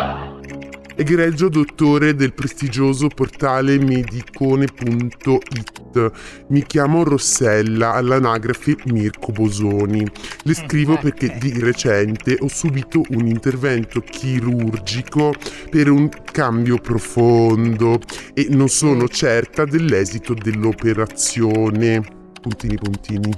Egregio dottore del prestigioso portale medicone punto it. Mi chiamo Rossella, all'anagrafe Mirko Bosoni. Le scrivo perché di recente ho subito un intervento chirurgico per un cambio profondo e non sono certa dell'esito dell'operazione. Puntini puntini.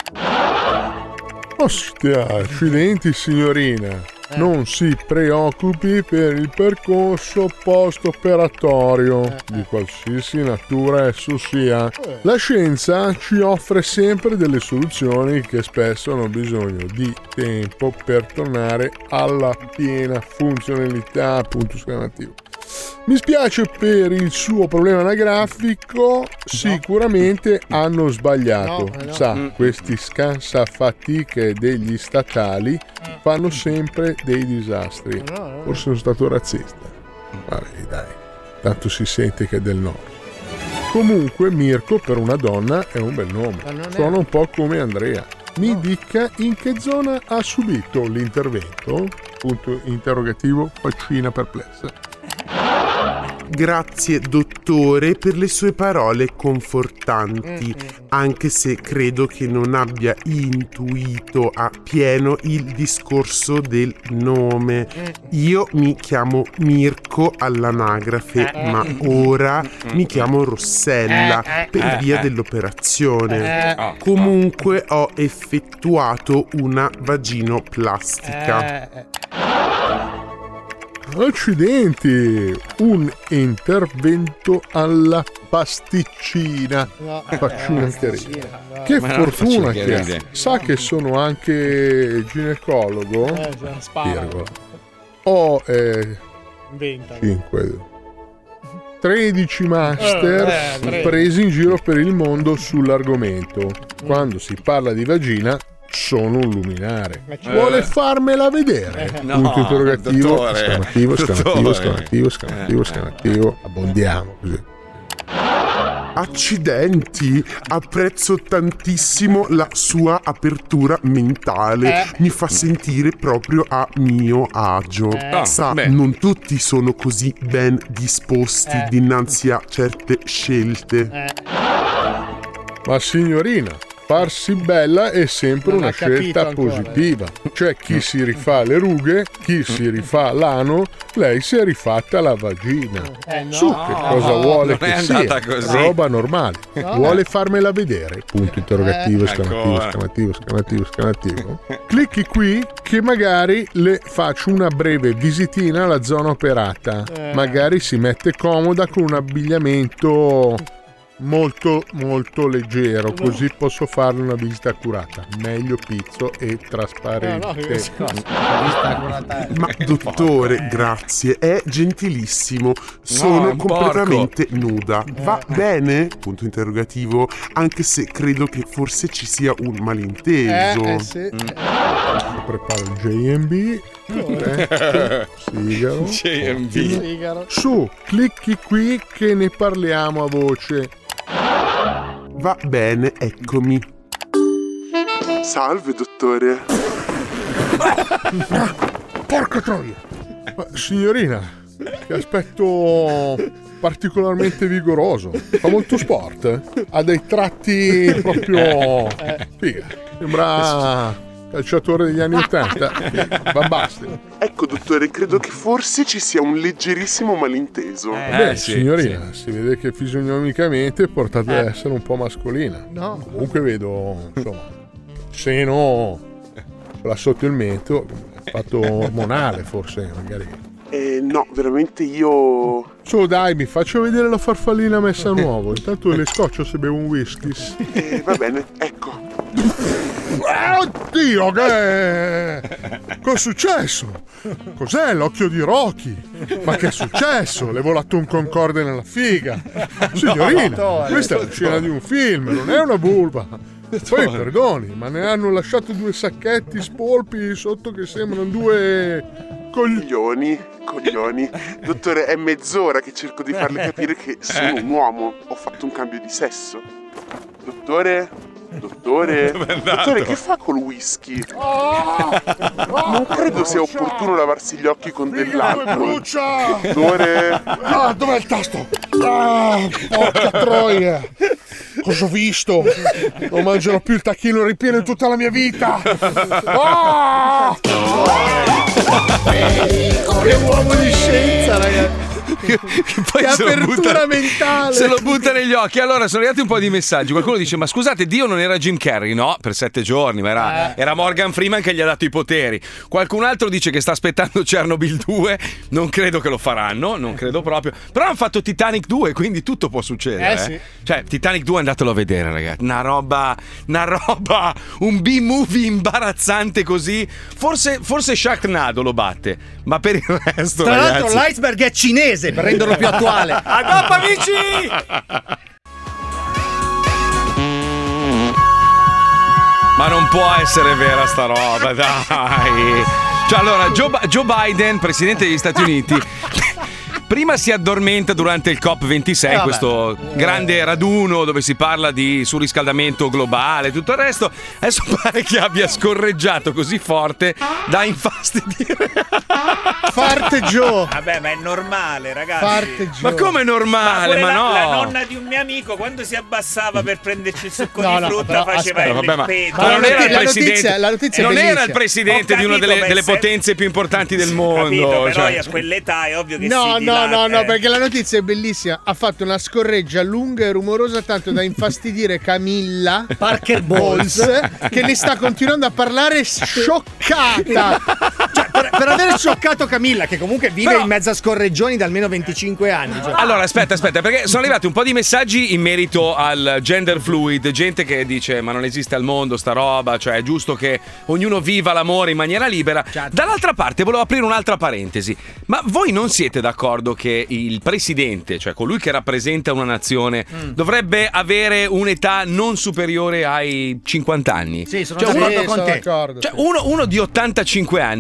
Ostia, accidenti signorina. Non si preoccupi per il percorso post-operatorio, di qualsiasi natura esso sia. La scienza ci offre sempre delle soluzioni che spesso hanno bisogno di tempo per tornare alla piena funzionalità. Punto esclamativo. Mi spiace per il suo problema anagrafico, sicuramente hanno sbagliato. No, no. Sa, Mm. questi scansafatiche degli statali fanno sempre dei disastri. No, no. Forse sono stato razzista. Vabbè, dai, tanto si sente che è del nord. Comunque Mirko per una donna è un bel nome. Ma non è- Suona un po' come Andrea. Mi dica in che zona ha subito l'intervento? Punto interrogativo, faccina perplessa. Grazie dottore per le sue parole confortanti, anche se credo che non abbia intuito appieno il discorso del nome. Io mi chiamo Mirko all'anagrafe, ma ora mi chiamo Rossella per via dell'operazione. Comunque ho effettuato una vaginoplastica. Accidenti! Un intervento alla pasticcina. No, Faccina eh, chiarina. no. Che Ma non fortuna faccina che chiarina. ha. Sa che sono anche ginecologo? Eh, già, spara. Virgola. Ho eh, Inventa. cinque tredici master Eh, eh, tredici. presi in giro per il mondo sull'argomento. Quando si parla di vagina sono un luminare. Ma ci- Vuole Eh. farmela vedere? No, Punto interrogativo, dottore, esclamativo, esclamativo, dottore. esclamativo, esclamativo, esclamativo. Abbondiamo così. Accidenti, apprezzo tantissimo la sua apertura mentale, Eh. mi fa sentire proprio a mio agio. Eh. Sa, beh. non tutti sono così ben disposti Eh. dinanzi a certe scelte. Eh. Ma signorina, farsi bella è sempre Non una ha capito scelta ancora. positiva. Cioè chi si rifà le rughe, chi si rifà l'ano, lei si è rifatta la vagina. Eh, no. Su, che cosa No, vuole non che è sia? andata così. Roba normale. No. Vuole farmela vedere? Punto interrogativo, Eh. esclamativo, Ancora. esclamativo, esclamativo, esclamativo. Clicchi qui che magari le faccio una breve visitina alla zona operata. Eh. Magari si mette comoda con un abbigliamento molto molto leggero, così posso farle una visita accurata, meglio pizzo e trasparente. No, no, che- Ma dottore, grazie, è gentilissimo. Sono No, è un completamente nuda. Va bene? Punto interrogativo. Anche se credo che forse ci sia un Eh, malinteso. eh, sì. Preparo il J M B. Corretto. Sigaro. J M B. Ottimo. Sigaro. Su, clicchi qui che ne parliamo a voce. Va bene, eccomi. Salve, dottore. Porca troia! Ma, signorina, che aspetto particolarmente vigoroso. Fa molto sport, eh? Ha dei tratti proprio... Figa. Sembra calciatore degli anni Ottanta. Va basta. Ecco, dottore, credo che forse ci sia un leggerissimo malinteso. Beh, sì, signorina, si vede che fisionomicamente portate ad essere un po' mascolina. No. Comunque vedo, insomma, seno là sotto il mento, fatto ormonale forse, magari. Eh, no, veramente io... Su, dai, mi faccio vedere la farfallina messa a nuovo. Intanto le scoccio se bevo un whisky. Eh, va bene, ecco. Ah, oddio, che... Cos'è successo? Cos'è l'occhio di Rocky? Ma che è successo? Le è volato un concorde nella figa. Signorina, questa è la scena di un film, non è una vulva. Poi perdoni, ma ne hanno lasciato due sacchetti spolpi sotto che sembrano due... Coglioni, coglioni. Dottore, è mezz'ora che cerco di farle capire che sono un uomo. Ho fatto un cambio di sesso. Dottore? Dottore? Dove è andato? Dottore, che fa col whisky? Non credo sia opportuno lavarsi gli occhi con dell'alcol. brucia! Dottore? Ah, dov'è il tasto? Ah, porca troia! Cosa ho visto? Non mangerò più il tacchino ripieno in tutta la mia vita! Ah! Che uomo di scienza, ragazzi. Che, che poi Che se lo apertura butta- mentale. Se lo butta negli occhi. Allora sono arrivati un po' di messaggi. Qualcuno dice: ma scusate, Dio non era Jim Carrey? No, per sette giorni, ma era, Eh. era Morgan Freeman che gli ha dato i poteri. Qualcun altro dice che sta aspettando Chernobyl due. Non credo che lo faranno, non credo proprio. Però hanno fatto Titanic due, quindi tutto può succedere. Eh, sì. eh. Cioè, Titanic due andatelo a vedere, ragazzi. Una roba, una roba, un B-movie imbarazzante così. Forse, forse Sharknado lo batte, ma per il resto, Tra l'altro ragazzi. l'iceberg è cinese per renderlo più attuale. A dopo, amici! Ma non può essere vera sta roba, dai. Cioè, allora, Joe, Bi- Joe Biden, presidente degli Stati Uniti, prima si addormenta durante il COP ventisei, Eh, vabbè. questo grande raduno dove si parla di surriscaldamento globale e tutto il resto. Adesso pare che abbia scorreggiato così forte da infastidire. Parte Joe. Vabbè, ma è normale, ragazzi. Parte Joe. Ma come normale? pure Ma la, no! la nonna di un mio amico, quando si abbassava per prenderci il succo No, di no, frutta, però, faceva aspetta, il Vabbè, ma, petto. ma non era il la presidente, notizia- la notizia è non era il bellissima. presidente Ho di una capito, delle, ma delle se- potenze più importanti del mondo. Capito, però cioè. a quell'età è ovvio che No, si no, dilata, no, no, eh. perché la notizia è bellissima. Ha fatto una scorreggia lunga e rumorosa tanto da infastidire Camilla Parker Bowles, che ne sta continuando a parlare scioccata. Cioè, per, per aver scioccato Camilla, che comunque vive Però- in mezzo a scorreggioni da almeno venticinque anni. Cioè. Allora, aspetta, aspetta, perché sono arrivati un po' di messaggi in merito al gender fluid, gente che dice ma non esiste al mondo sta roba, cioè è giusto che ognuno viva l'amore in maniera libera. Dall'altra parte volevo aprire un'altra parentesi, ma voi non siete d'accordo che il presidente, cioè colui che rappresenta una nazione, dovrebbe avere un'età non superiore ai cinquanta anni? Sì, sono Cioè, d'accordo uno- con sono te. d'accordo. Cioè, uno, uno di ottantacinque anni, come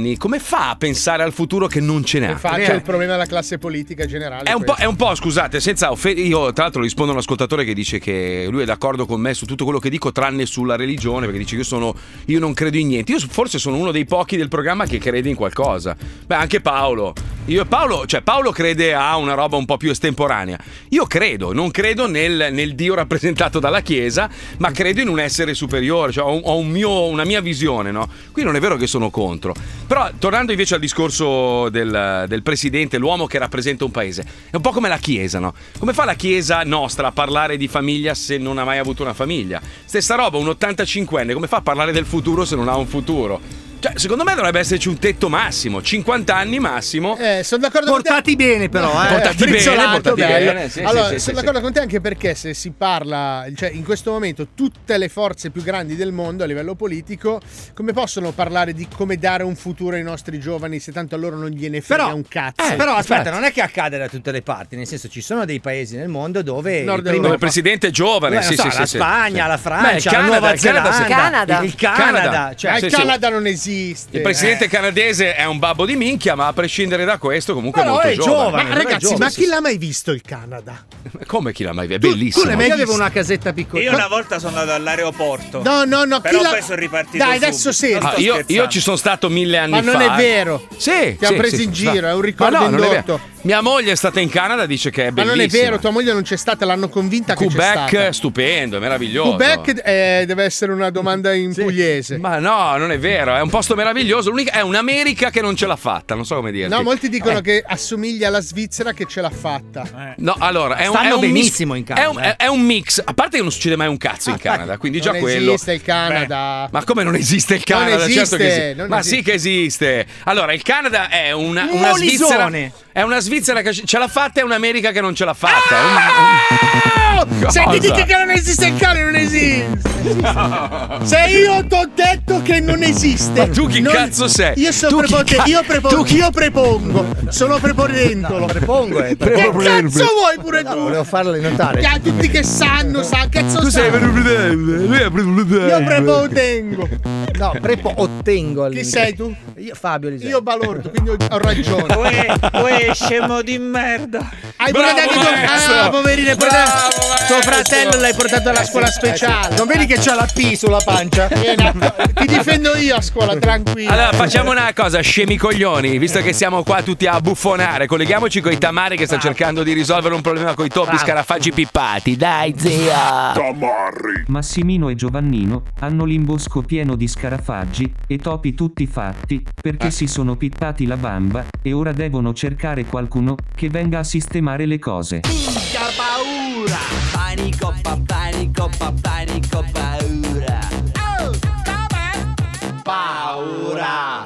fa a pensare al futuro che non ce n'è? Infatti c'è il problema della classe politica generale. È un, po', è un po', scusate, senza offendere. Io, tra l'altro, rispondo a un ascoltatore che dice che lui è d'accordo con me su tutto quello che dico, tranne sulla religione, perché dice che io sono. Io non credo in niente. Io forse sono uno dei pochi del programma che crede in qualcosa. Beh, anche Paolo. Io e Paolo, cioè Paolo crede a una roba un po' più estemporanea. Io credo, non credo nel, nel Dio rappresentato dalla Chiesa, ma credo in un essere superiore, cioè ho, ho un mio, una mia visione, no? Qui non è vero che sono contro. Però, tornando invece al discorso del, del presidente, l'uomo che rappresenta un paese, è un po' come la Chiesa, no? Come fa la Chiesa nostra a parlare di famiglia se non ha mai avuto una famiglia? Stessa roba, un ottantacinquenne, come fa a parlare del futuro se non ha un futuro? Cioè, secondo me dovrebbe esserci un tetto massimo, cinquanta anni massimo. Eh, sono d'accordo portati con te. bene però, eh. Portati bene, portati bello. bene. Sì, allora, sì, sì, sono sì, d'accordo sì. con te anche perché se si parla, cioè in questo momento tutte le forze più grandi del mondo a livello politico, come possono parlare di come dare un futuro ai nostri giovani se tanto a loro non gliene frega Però, un cazzo? eh, però aspetta, non è che accade da tutte le parti, nel senso ci sono dei paesi nel mondo dove Nord il primo- Dove il presidente è giovane, Beh, sì, non so, sì, la sì, Spagna, sì. la Francia, Beh, il la Canada, Nuova il Canada, Zelanda, sì. Canada. il Canada, cioè Ma sì, il sì. Canada non esiste. Il presidente canadese è un babbo di minchia, ma a prescindere da questo, comunque Però è molto è giovane. Ma non è ragazzi, giovane, ma sì, chi l'ha mai visto il Canada? Come chi l'ha mai visto? È bellissimo. Tu l'hai mai io avevo una casetta piccola. Io una volta sono andato all'aeroporto. No, no, no, Però chi l'ha- poi sono ripartito Dai, subito. adesso sì. Non sto Ah, io, scherzando. io ci sono stato mille anni Ma fa. non è vero. Sì, Ti ha sì, preso sì, in sì. giro, è un ricordo Ma no, non è indotto. vero. Mia moglie è stata in Canada, dice che è Ma bellissima. non è vero, tua moglie non c'è stata, l'hanno convinta che c'è Quebec, stata. stupendo, è meraviglioso. Quebec eh, deve essere una domanda in pugliese. Ma no, non è vero, è un posto meraviglioso. L'unica, è un'America che non ce l'ha fatta, non so come dirti. No, molti dicono Eh. che assomiglia alla Svizzera che ce l'ha fatta. No, allora, è un, Stanno è un benissimo mis- in Canada, È un, è- è un mix. A parte che non succede mai un cazzo in Canada, quindi già non quello. esiste il Canada. Ma come non esiste il Non Canada? esiste, certo che esiste. non Ma esiste. sì che esiste. Allora, il Canada è una, Un una molisone. Svizzera. È una Svizzera che ce l'ha fatta e un'America che non ce l'ha fatta. È un- Oh, se Cosa? ti dici che non esiste il cane, non esiste. Se io t'ho detto che non esiste. Ma tu chi non- cazzo sei? Io sono Tu chi prepotente. ca- Io, prepo- tu chi- io prepongo. Sono prepotentolo. Prepongo, eh. Che cazzo vuoi pure tu? Volevo farle notare. Che tutti che sanno, sa, cazzo Tu sei sanno. prepotente. Lui è prepotente. Io prepotengo. No, prepo ottengo. Chi sei tu? Io Fabio Lisei. Io balordo, quindi ho, ho ragione. Uè, uè, scemo di merda. Hai Bravo, portato anche tu. maestro. Ah, poverino, hai portato- Bravo, tuo maestro. fratello l'hai portato alla scuola speciale. Non vedi che c'ha la P sulla pancia? Ti difendo io a scuola, tranquillo. Allora facciamo una cosa, scemi coglioni, visto che siamo qua tutti a buffonare, colleghiamoci con i Tamari che sta cercando di risolvere un problema con i topi scarafaggi pippati. Dai, zia! Tamarri. Massimino e Giovannino hanno l'imbosco pieno di scarafaggi e topi tutti fatti perché si sono pippati la bamba e ora devono cercare qualcuno che venga a sistemare le cose. Minchia paura. Panico, pa, panico, pa, panico, paura. Oh, come? Paura.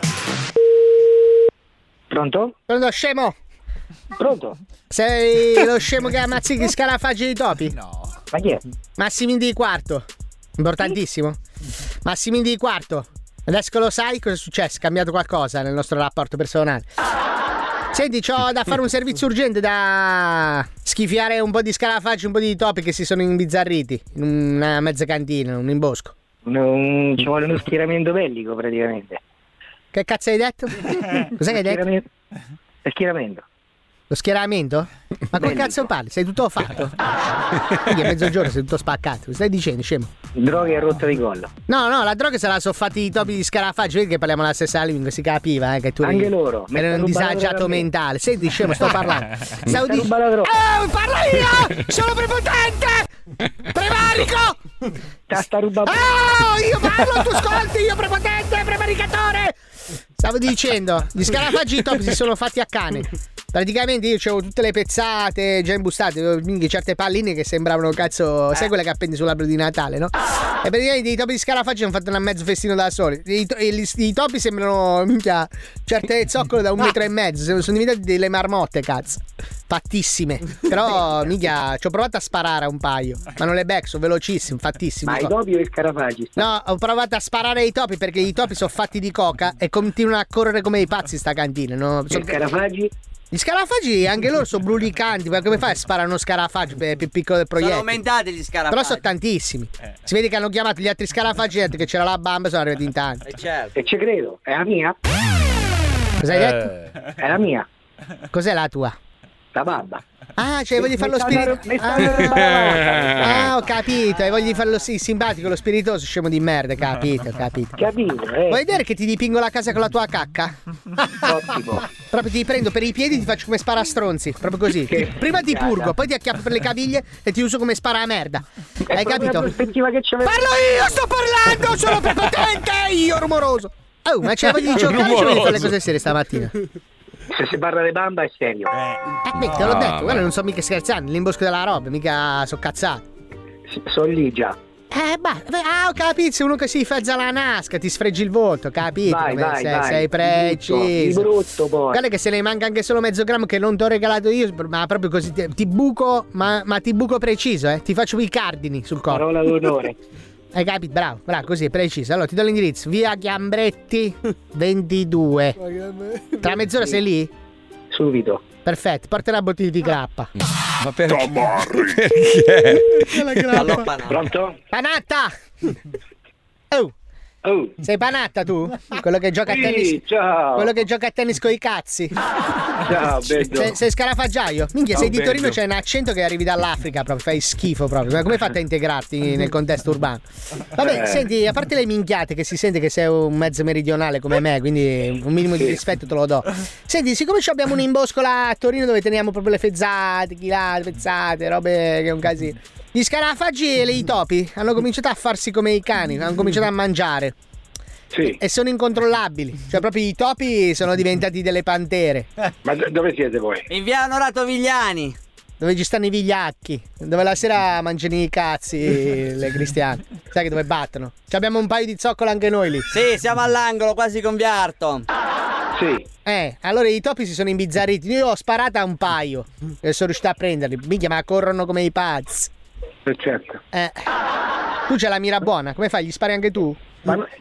Pronto? Pronto, scemo? Pronto? Sei lo scemo che ammazzi gli scarafaggi di topi? No. Ma chi è? Massimini di quarto. Importantissimo. Massimini di quarto. Adesso che lo sai cosa è successo? È cambiato qualcosa nel nostro rapporto personale. Senti, c'ho da fare un servizio urgente da schifiare un po' di scarafaggi, un po' di topi che si sono imbizzarriti in una mezza cantina, in un imbosco. Non ci vuole uno schieramento bellico praticamente. Che cazzo hai detto? Cos'è che hai detto? Schieramento. Schieramento. Lo schieramento? Ma come Bellico. cazzo parli? Sei tutto fatto? Quindi a mezzogiorno sei tutto spaccato. Cosa stai dicendo, scemo? Droga e rotta di collo. No, no, la droga se la sono fatti i topi di scarafaggi. Vedi che parliamo la stessa lingua, si capiva, eh, che tu Anche eri, loro. eri un Mettono disagiato ruba la mentale. Senti, scemo, sto parlando. Stavo Mettono dicendo. ruba la droga. Eh, parlo io! Sono prepotente! Prevarico! Tasta ruba. Oh, io parlo, tu ascolti, io prepotente, prevaricatore! Stavo dicendo, gli scarafaggi i topi si sono fatti a cane. Praticamente io c'avevo tutte le pezzate già imbustate, minchia, certe palline che sembravano cazzo, sai quelle che appendi sull'albero di Natale, no? E praticamente i topi di scarafaggi hanno fatto un mezzo festino da soli. I, to- i- i topi sembrano, minchia, certe zoccole da un metro e mezzo, sono diventati delle marmotte, cazzo. Fattissime. Però, minchia, ci ho provato a sparare a un paio, ma non le becco, sono velocissimi, fattissimi. Ma i topi o i scarafaggi? No, ho provato a sparare ai topi perché i topi sono fatti di coca e continuano a correre come i pazzi sta cantina, no? I scarafaggi? Gli scarafaggi anche loro sono brulicanti, ma come fai a sparare uno scarafaggio più, più piccolo del proiettile? Sono aumentati gli scarafaggi. Però sono tantissimi. Si vede che hanno chiamato gli altri scarafaggi e detto che c'era la bamba, sono arrivati in tanti. Eh, certo. E ci credo, è la mia? Cos'hai detto? È la mia. Cos'è la tua? La barba. Ah, cioè voglio farlo spiritoso. Ah, ah, ho capito, e voglio farlo sì, simpatico, lo spiritoso, scemo di merda, capito, capito. Capito, eh. Vuoi vedere che ti dipingo la casa con la tua cacca? Ottimo. Proprio ti prendo per i piedi e ti faccio come sparastronzi, proprio così. Che Prima ti figata. purgo, poi ti acchiappo per le caviglie e ti uso come spara a merda. Hai capito? La prospettiva che c'aveva. Parlo io, sto parlando, sono prepotente, io rumoroso. Oh, ma c'è voglia di giocare, c'è voglia di fare le cose serie stamattina. Se si parla di bamba è serio. Eh, beh, te l'ho detto, guarda, non so mica scherzando, l'imbosco della roba, mica so cazzato. Sono lì già. Eh, bah, ah, ho capito, sei uno che si fezza la nasca, ti sfreggi il volto, capito? Vai, come vai, sei, vai. sei preciso. Di brutto poi. Guarda che se ne manca anche solo mezzo grammo che non ti ho regalato io, ma proprio così, ti, ti buco, ma, ma ti buco preciso, eh, ti faccio i cardini sul corpo. Parola d'onore. Hai capito? Bravo, bravo, così è preciso. Allora ti do l'indirizzo, via Chiambretti ventidue. Tra mezz'ora sei lì? Subito. Perfetto, porta una bottiglia di grappa. Ma perché? Perché? La grappa. Pronto? Panatta! Oh! Oh. Sei Panatta tu? Quello che gioca a Sì, tennis. ciao. Quello che gioca a tennis coi cazzi. Ciao, bello. Sei, sei scarafaggiaio? Minchia, Ciao, sei di Torino, bello. c'hai un accento che arrivi dall'Africa, proprio fai schifo proprio. Ma come hai fatto a integrarti nel contesto urbano? Vabbè, Eh. senti, a parte le minchiate che si sente che sei un mezzo meridionale come me, quindi un minimo di Sì. rispetto te lo do. Senti, siccome ci abbiamo un imboscola a Torino dove teniamo proprio le fezzate, chilate, pezzate, robe che è un casino. Gli scarafaggi e i topi hanno cominciato a farsi come i cani, hanno cominciato a mangiare. Sì. E sono incontrollabili. Cioè proprio i topi sono diventati delle pantere. Ma do- dove siete voi? In via Onorato Vigliani. Dove ci stanno i vigliacchi. Dove la sera mangiano i cazzi le cristiane. Sai che dove battono? Ci abbiamo un paio di zoccole anche noi lì. Sì, siamo all'angolo, quasi con via Arton. Sì. Eh, allora i topi si sono imbizzarriti. Io ho sparato a un paio e sono riuscito a prenderli. Minchia, ma corrono come i pazzi. Eh, certo. Eh. Tu c'hai la mira buona, come fai? Gli spari anche tu? Ma no-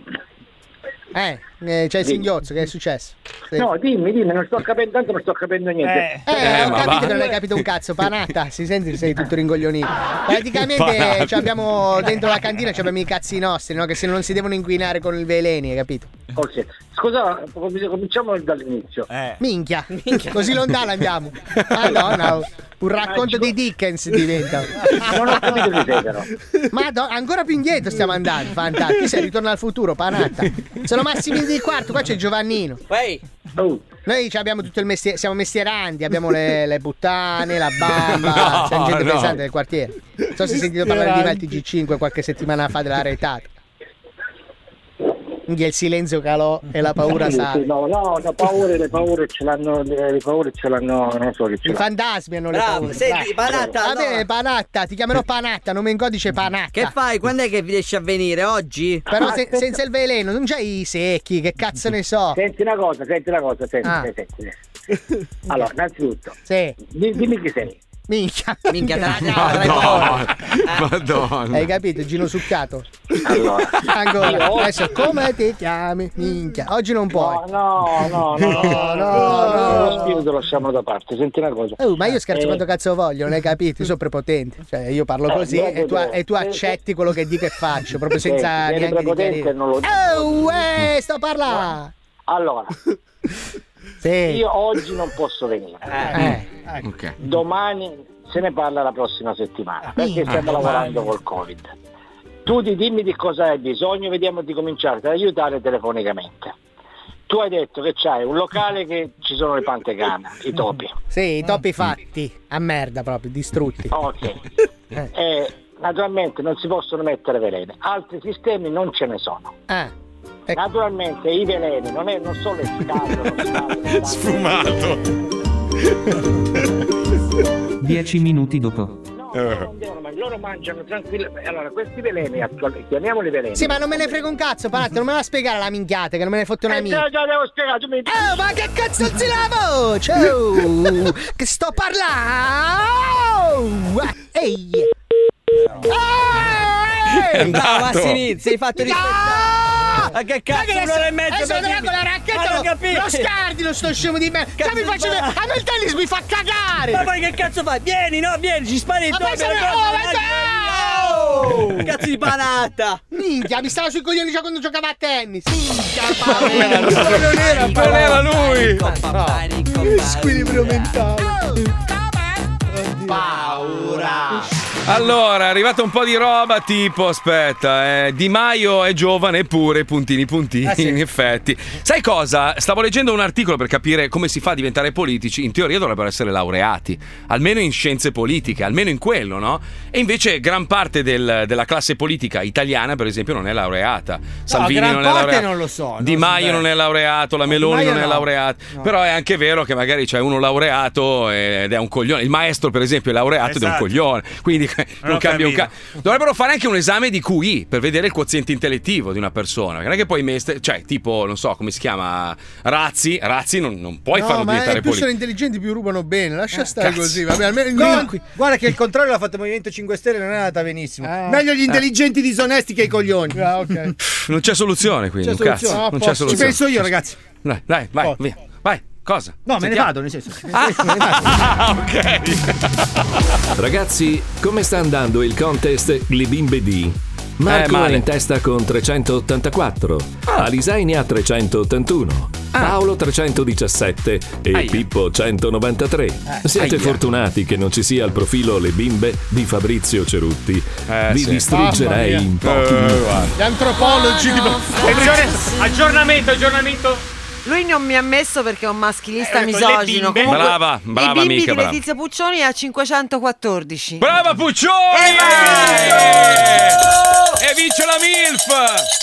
Eh, eh c'è il singhiozzo, che è successo? Sì. No, dimmi, dimmi, non sto capendo, tanto non sto capendo niente. Eh, Eh, ho ma capito va. che non hai capito un cazzo, Panatta, si sente che sei tutto ringoglionito. Praticamente Panatta. ci abbiamo dentro la cantina ci abbiamo i cazzi nostri, no? Che se non si devono inquinare con il veleni, hai capito? Ok. Scusa, com- cominciamo dall'inizio. Minchia, così lontano andiamo. Madonna, un racconto di Dickens diventa. Non ho capito chi sei però. Madonna, ancora più indietro stiamo andando, fantastico. Chi sei? Ritorno al futuro, Panatta. Sono Massimiliano di quarto, qua c'è Giovannino. Ehi. Oh. Noi ci abbiamo tutto il mestiere, siamo mestieranti, abbiamo le, le puttane, la bamba, No, siamo gente no. pesante del quartiere. Non so se hai sentito parlare di me al T G cinque qualche settimana fa della retata. Quindi il silenzio calò e la paura Sì, sale. sì, no, no, le paure, le paure ce l'hanno, le, le paure ce l'hanno, non so che ce I l'hanno. fantasmi hanno le Bravo, paure. senti, Bravo. Panatta, Vabbè, allora. Panatta, ti chiamerò Panatta, nome in codice Panatta. Che fai? Quando è che riesci a venire? Oggi? Però se- senza il veleno, non c'hai i secchi, che cazzo ne so. Senti una cosa, senti una cosa, senti, Ah. senti, senti. Allora, innanzitutto, Sì, di- dimmi chi sei. minchia. Minchia, te la Madonna. Madonna. Hai capito? Gino succato. Allora, Ancora. Io- Adesso come ti chiami? Minchia. Oggi non puoi. no, no, no, no, No, no, no, lo no. spirito lo lasciamo da parte. Senti una cosa. Oh, ma io scherzo Eh, quanto cazzo voglio, non hai capito? Io sono prepotente. Cioè, io parlo Eh, così e tu, prepotente. e tu accetti quello che dico e faccio, proprio Sì, senza vieni neanche prepotente dichiarire. e non lo dico. Oh, eh, sto parlando. Allora, Sì. io oggi non posso venire. Eh. Ok. Domani se ne parla la prossima settimana, perché Ah, stiamo lavorando col Covid. Tu ti dimmi di cosa hai bisogno, vediamo di cominciare ad aiutare telefonicamente. Tu hai detto che c'hai un locale che ci sono le pantecane, i topi. Sì, i topi fatti a merda proprio, distrutti. Ok. E naturalmente non si possono mettere veleni, altri sistemi non ce ne sono. Ah. Naturalmente i veleni non, è, non sono le scatole, non scatole, le scatole. Sfumato. Dieci minuti dopo. No, non devono mangiare, loro mangiano tranquillamente. Allora, questi veleni, attualmente, chiamiamoli veleni. Sì, ma non me ne frega un cazzo, Panatta, non me la spiegare la minchiata, che non me ne fotte una Eh, minchia. te la devo spiegare, tu mi dici. Oh, ma che cazzo alzi la voce? Oh, che sto parlando! Ehi! È Ehi! No, andato. Massimiliano, sei fatto rispettare. Ma che cazzo, Ma che un'ora e mezza adesso per andrà dirmi- con la Ma racchetta, non lo, capisci? lo scardino sto scemo di me. Già mi Cazzo faccio, fa? a me il tennis mi fa cagare. Ma poi che cazzo fai? Vieni, no, vieni, ci spari il Ma tuo poi se ne- oh, ma- Cazzo di panata! Minchia, mi stava sui coglioni già quando giocava a tennis. Minchia, non era lui. non era, Non era lui. No. Squilibrio mentale. Paura. Allora, è arrivata un po' di roba tipo, aspetta, eh, Di Maio è giovane eppure, puntini puntini, Ah, sì. in effetti. Sai cosa? Stavo leggendo un articolo per capire come si fa a diventare politici. In teoria dovrebbero essere laureati, almeno in scienze politiche, almeno in quello, no? E invece gran parte del- della classe politica italiana, per esempio, non è laureata. Salvini gran non è parte laureato. non lo so, Di non so, Maio beh. non è laureato, la Meloni Maio non è no. laureata. No. Però è anche vero che magari c'è uno laureato ed è un coglione. Il maestro, per esempio, è laureato ed è un Esatto. coglione. Quindi non ho cambia un capito. cazzo. Dovrebbero fare anche un esame di Q I per vedere il quoziente intellettivo di una persona. Non è che poi meste, cioè, tipo, non so come si chiama, Razzi. Razzi non, non puoi no, farlo ma diventare è più politico. sono intelligenti, più rubano bene. Lascia stare cazzo. così. Vabbè, almeno in No, qui. guarda che il contrario l'ha fatto il Movimento cinque Stelle, non è andata benissimo. Ah. Meglio gli intelligenti disonesti che i coglioni. Ah, ok. Non c'è soluzione, quindi. C'è un cazzo. soluzione. Non Ah, c'è posso- soluzione. Ci penso io, ragazzi. Dai, dai, vai, Posso. via. Vai, cosa? No, me ne Sentiamo. vado, nel senso. Ah, ok. Ragazzi, come sta andando il contest Le Bimbe di? Marco Eh, male. è in testa con trecentottantaquattro, Alisei ne ha trecentottantuno, Paolo trecentodiciassette e Aia. Pippo centonovantatré. Siete aia. fortunati che non ci sia il profilo Le Bimbe di Fabrizio Cerutti. Eh, Vi sì. distruggerei Mamma mia. in pochi Eh, minuti. guarda. Gli antropologi di Attenzione, aggiornamento, aggiornamento. Lui non mi ha messo perché è un maschilista Eh, ho detto le misogino. bimbe. Comunque, Brava, brava, i bimbi amica, di brava. Letizia Puccioni è a cinquecentoquattordici. Brava Puccioni! E vince la MILF!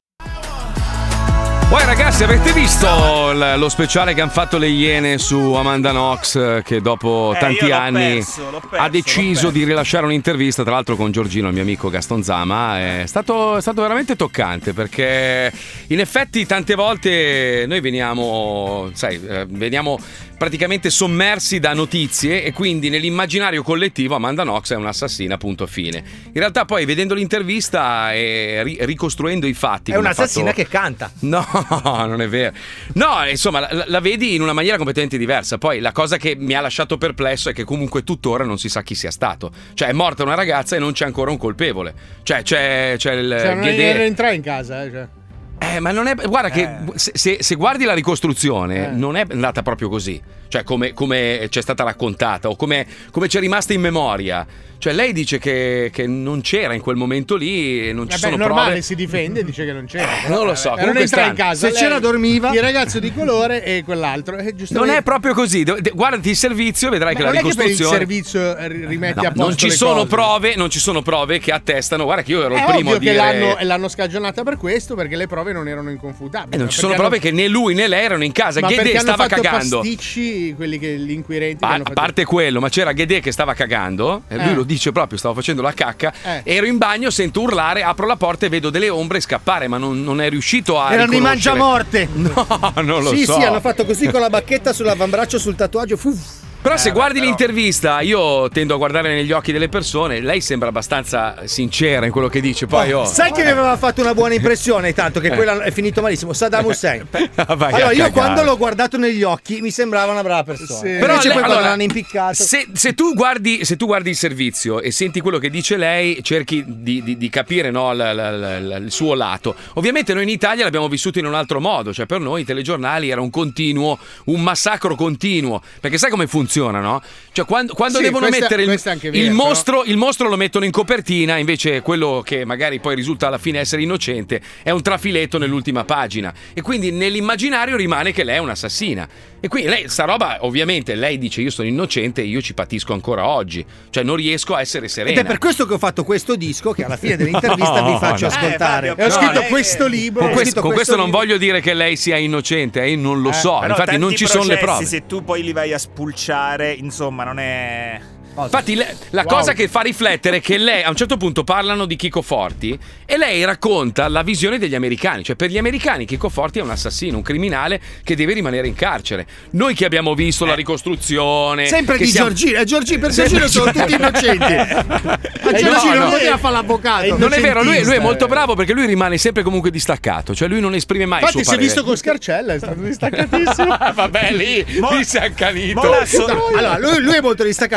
Poi ragazzi, avete visto l- lo speciale che hanno fatto le Iene su Amanda Knox, eh, che dopo Eh, tanti io l'ho anni perso, l'ho perso, ha l'ho deciso perso. di rilasciare un'intervista, tra l'altro con Giorgino, il mio amico Gaston Zama. È stato, è stato veramente toccante, perché in effetti tante volte noi veniamo, sai, eh, veniamo praticamente sommersi da notizie e quindi nell'immaginario collettivo Amanda Knox è un'assassina, punto fine. In realtà poi vedendo l'intervista e ri- ricostruendo i fatti È come ha un'assassina fatto- che canta. No, non è vero. No, insomma, la, la vedi in una maniera completamente diversa. Poi la cosa che mi ha lasciato perplesso è che comunque tuttora non si sa chi sia stato. Cioè, è morta una ragazza e non c'è ancora un colpevole. Cioè, c'è, c'è il Cioè, non Ghedè- era entrare in casa, eh, cioè. Eh, ma non è. Guarda, che se, se- se guardi la ricostruzione, Eh. non è andata proprio così. Cioè, come, come c'è stata raccontata o come, come c'è rimasta in memoria. Cioè, lei dice che, che non c'era in quel momento lì e non ci Vabbè, sono normale, prove. si difende e dice che non c'era. Eh, non lo so, Eh, non comunque entra in strano. casa. Se lei, c'era, dormiva. Il ragazzo di colore e quell'altro. E giustamente- Non è proprio così. De- de- guardati il servizio e vedrai Ma che la non è che per il ricostruzione. servizio eh, rimetti No, a posto non ci le sono cose. prove, non ci sono prove che attestano. Guarda che io ero È il primo ovvio a dire. che l'hanno, e l'hanno scagionata per questo, perché le prove non erano inconfutabili. E non ci sono Perché prove hanno- che né lui né lei erano in casa. Ma Ghedè perché hanno stava fatto cagando. pasticci quelli che gli inquirenti che Pa- hanno a fatto. parte quello, ma c'era Ghedè che stava cagando, e lui Eh. lo dice proprio, stavo facendo la cacca, Eh. ero in bagno, sento urlare, apro la porta e vedo delle ombre scappare, ma non, non è riuscito a Erano i riconoscere. mangiamorte. No, non lo sì, so. sì, hanno fatto così con la bacchetta sull'avambraccio, sul tatuaggio. Fu. Però se Eh, guardi però- l'intervista, io tendo a guardare negli occhi delle persone, lei sembra abbastanza sincera in quello che dice, poi oh. Sai che mi aveva fatto una buona impressione, tanto che quella è finito malissimo. Saddam Hussein. Vai a Allora, io cagare. quando l'ho guardato negli occhi mi sembrava una brava persona. Sì. Però Però invece lei- poi quando allora, l'hanno impiccato. Se, se tu guardi, se tu guardi il servizio e senti quello che dice lei, cerchi di, di- di capire no, la- la- la- la- il suo lato. Ovviamente noi in Italia l'abbiamo vissuto in un altro modo, cioè per noi i telegiornali era un continuo, un massacro continuo. Perché sai come funziona, no? Cioè quando, quando Sì, devono questa- mettere il, questo è anche il vero, mostro, il mostro lo mettono in copertina, invece quello che magari poi risulta alla fine essere innocente è un trafiletto nell'ultima pagina. E quindi nell'immaginario rimane che lei è un'assassina. E quindi lei, sta roba, ovviamente, lei dice io sono innocente e io ci patisco ancora oggi. Cioè non riesco a essere serena. Ed è per questo che ho fatto questo disco che alla fine dell'intervista No, vi faccio no. ascoltare. Eh, Fabio, e ho no, scritto lei- questo libro. Con ho questo, scritto con questo non libro. voglio dire che lei sia innocente, eh, io non lo so. Però Infatti non tanti ci sono le processi, prove. Se tu poi li vai a spulciare, insomma, non è. Infatti le- la Wow. cosa che fa riflettere è che lei a un certo punto parlano di Chico Forti e lei racconta la visione degli americani, cioè per gli americani Chico Forti è un assassino, un criminale che deve rimanere in carcere. Noi che abbiamo visto la ricostruzione Sempre che di siamo- Giorgino. E Giorgino per Sempre Giorgino sono Giorgino. tutti innocenti. Ma Eh, Giorgino no, non no. poteva fare l'avvocato. Non è vero, lui, lui è innocentista, molto eh. bravo perché lui rimane sempre comunque distaccato, cioè lui non esprime mai il Infatti suo si è parere. visto con Scarcella, è stato distaccatissimo. Vabbè, lì, Mo- lì si è accanito. mo la so- No, allora, lui, lui è molto distaccato perché durante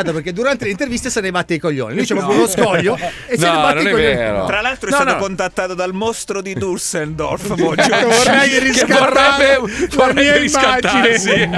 durante le interviste se ne batte i coglioni. Lui c'è proprio uno scoglio e se No, ne batte non i è coglioni. vero. Tra l'altro è No, stato no. contattato dal mostro di Düsseldorf. Vorrei che riscattare vorrebbe, la vorrebbe mia riscattarsi.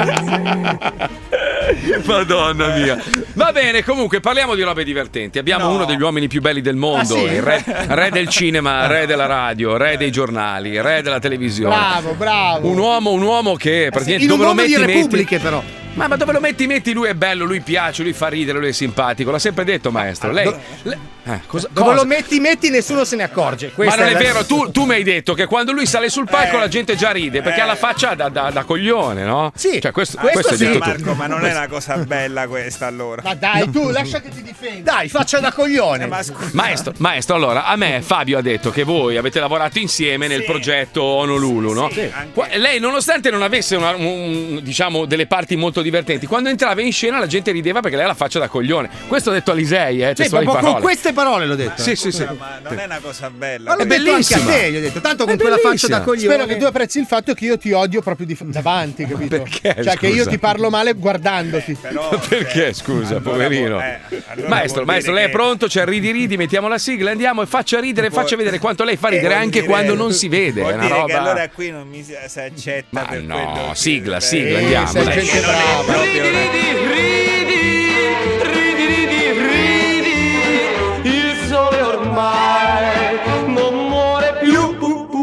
Madonna mia. Va bene, comunque parliamo di robe divertenti. Abbiamo No. uno degli uomini più belli del mondo, Ah, sì? il re, re del cinema, re della radio, re dei giornali, re della televisione. Bravo, bravo. Un uomo, un uomo che praticamente In un dove lo mondo metti di metti. repubbliche, però. Ma, ma dove lo metti metti lui è bello, lui piace, lui fa ridere, lui è simpatico. L'ha sempre detto, maestro. Lei, le- eh, cosa, Dove cosa? lo metti, metti, nessuno se ne accorge. Ma Questa non è la- vero, tu, tu mi hai detto che quando lui sale sul palco la gente già ride perché ha la faccia da, da- da coglione, no? Sì, cioè, questo, questo questo hai sì, detto Marco, tu. ma non è una cosa bella questa allora. Ma dai, tu lascia che ti difenda. Dai, faccia da coglione. Eh, ma scusa. Maestro, maestro, allora a me Fabio ha detto che voi avete lavorato insieme nel Sì. progetto Honolulu, no? Sì, anche- Qua- Lei, nonostante non avesse una- un- diciamo delle parti molto divertenti, quando entrava in scena la gente rideva perché lei ha la faccia da coglione. Questo ho detto a Lisei, eh, Sì, testuali proprio con parole. queste parole l'ho detto. Sì, sì, sì. Ma non è una cosa bella. Ma l'ho È detto anche a bellissima. te, gli ho detto. Tanto con È quella faccia bellissima. da coglione. Spero che tu apprezzi il fatto che io ti odio proprio di davanti, capito? Perché, Cioè, che io scusa? ti parlo male guardandoti. Però, Perché, scusa, allora poverino? vuol- eh, allora maestro, vuol maestro, dire lei è che- pronto? C'è ridi ridi, mettiamo la sigla, andiamo e faccia ridere, Vuol- faccia vedere quanto lei fa eh, ridere vuol anche dire- quando non si vede. È Vuol una dire che roba. allora qui non mi si, si accetta Ma per no, quello che- sigla, eh, sigla, eh, andiamo, sei dai. gente che non è brava. proprio- Il sole ormai non muore più.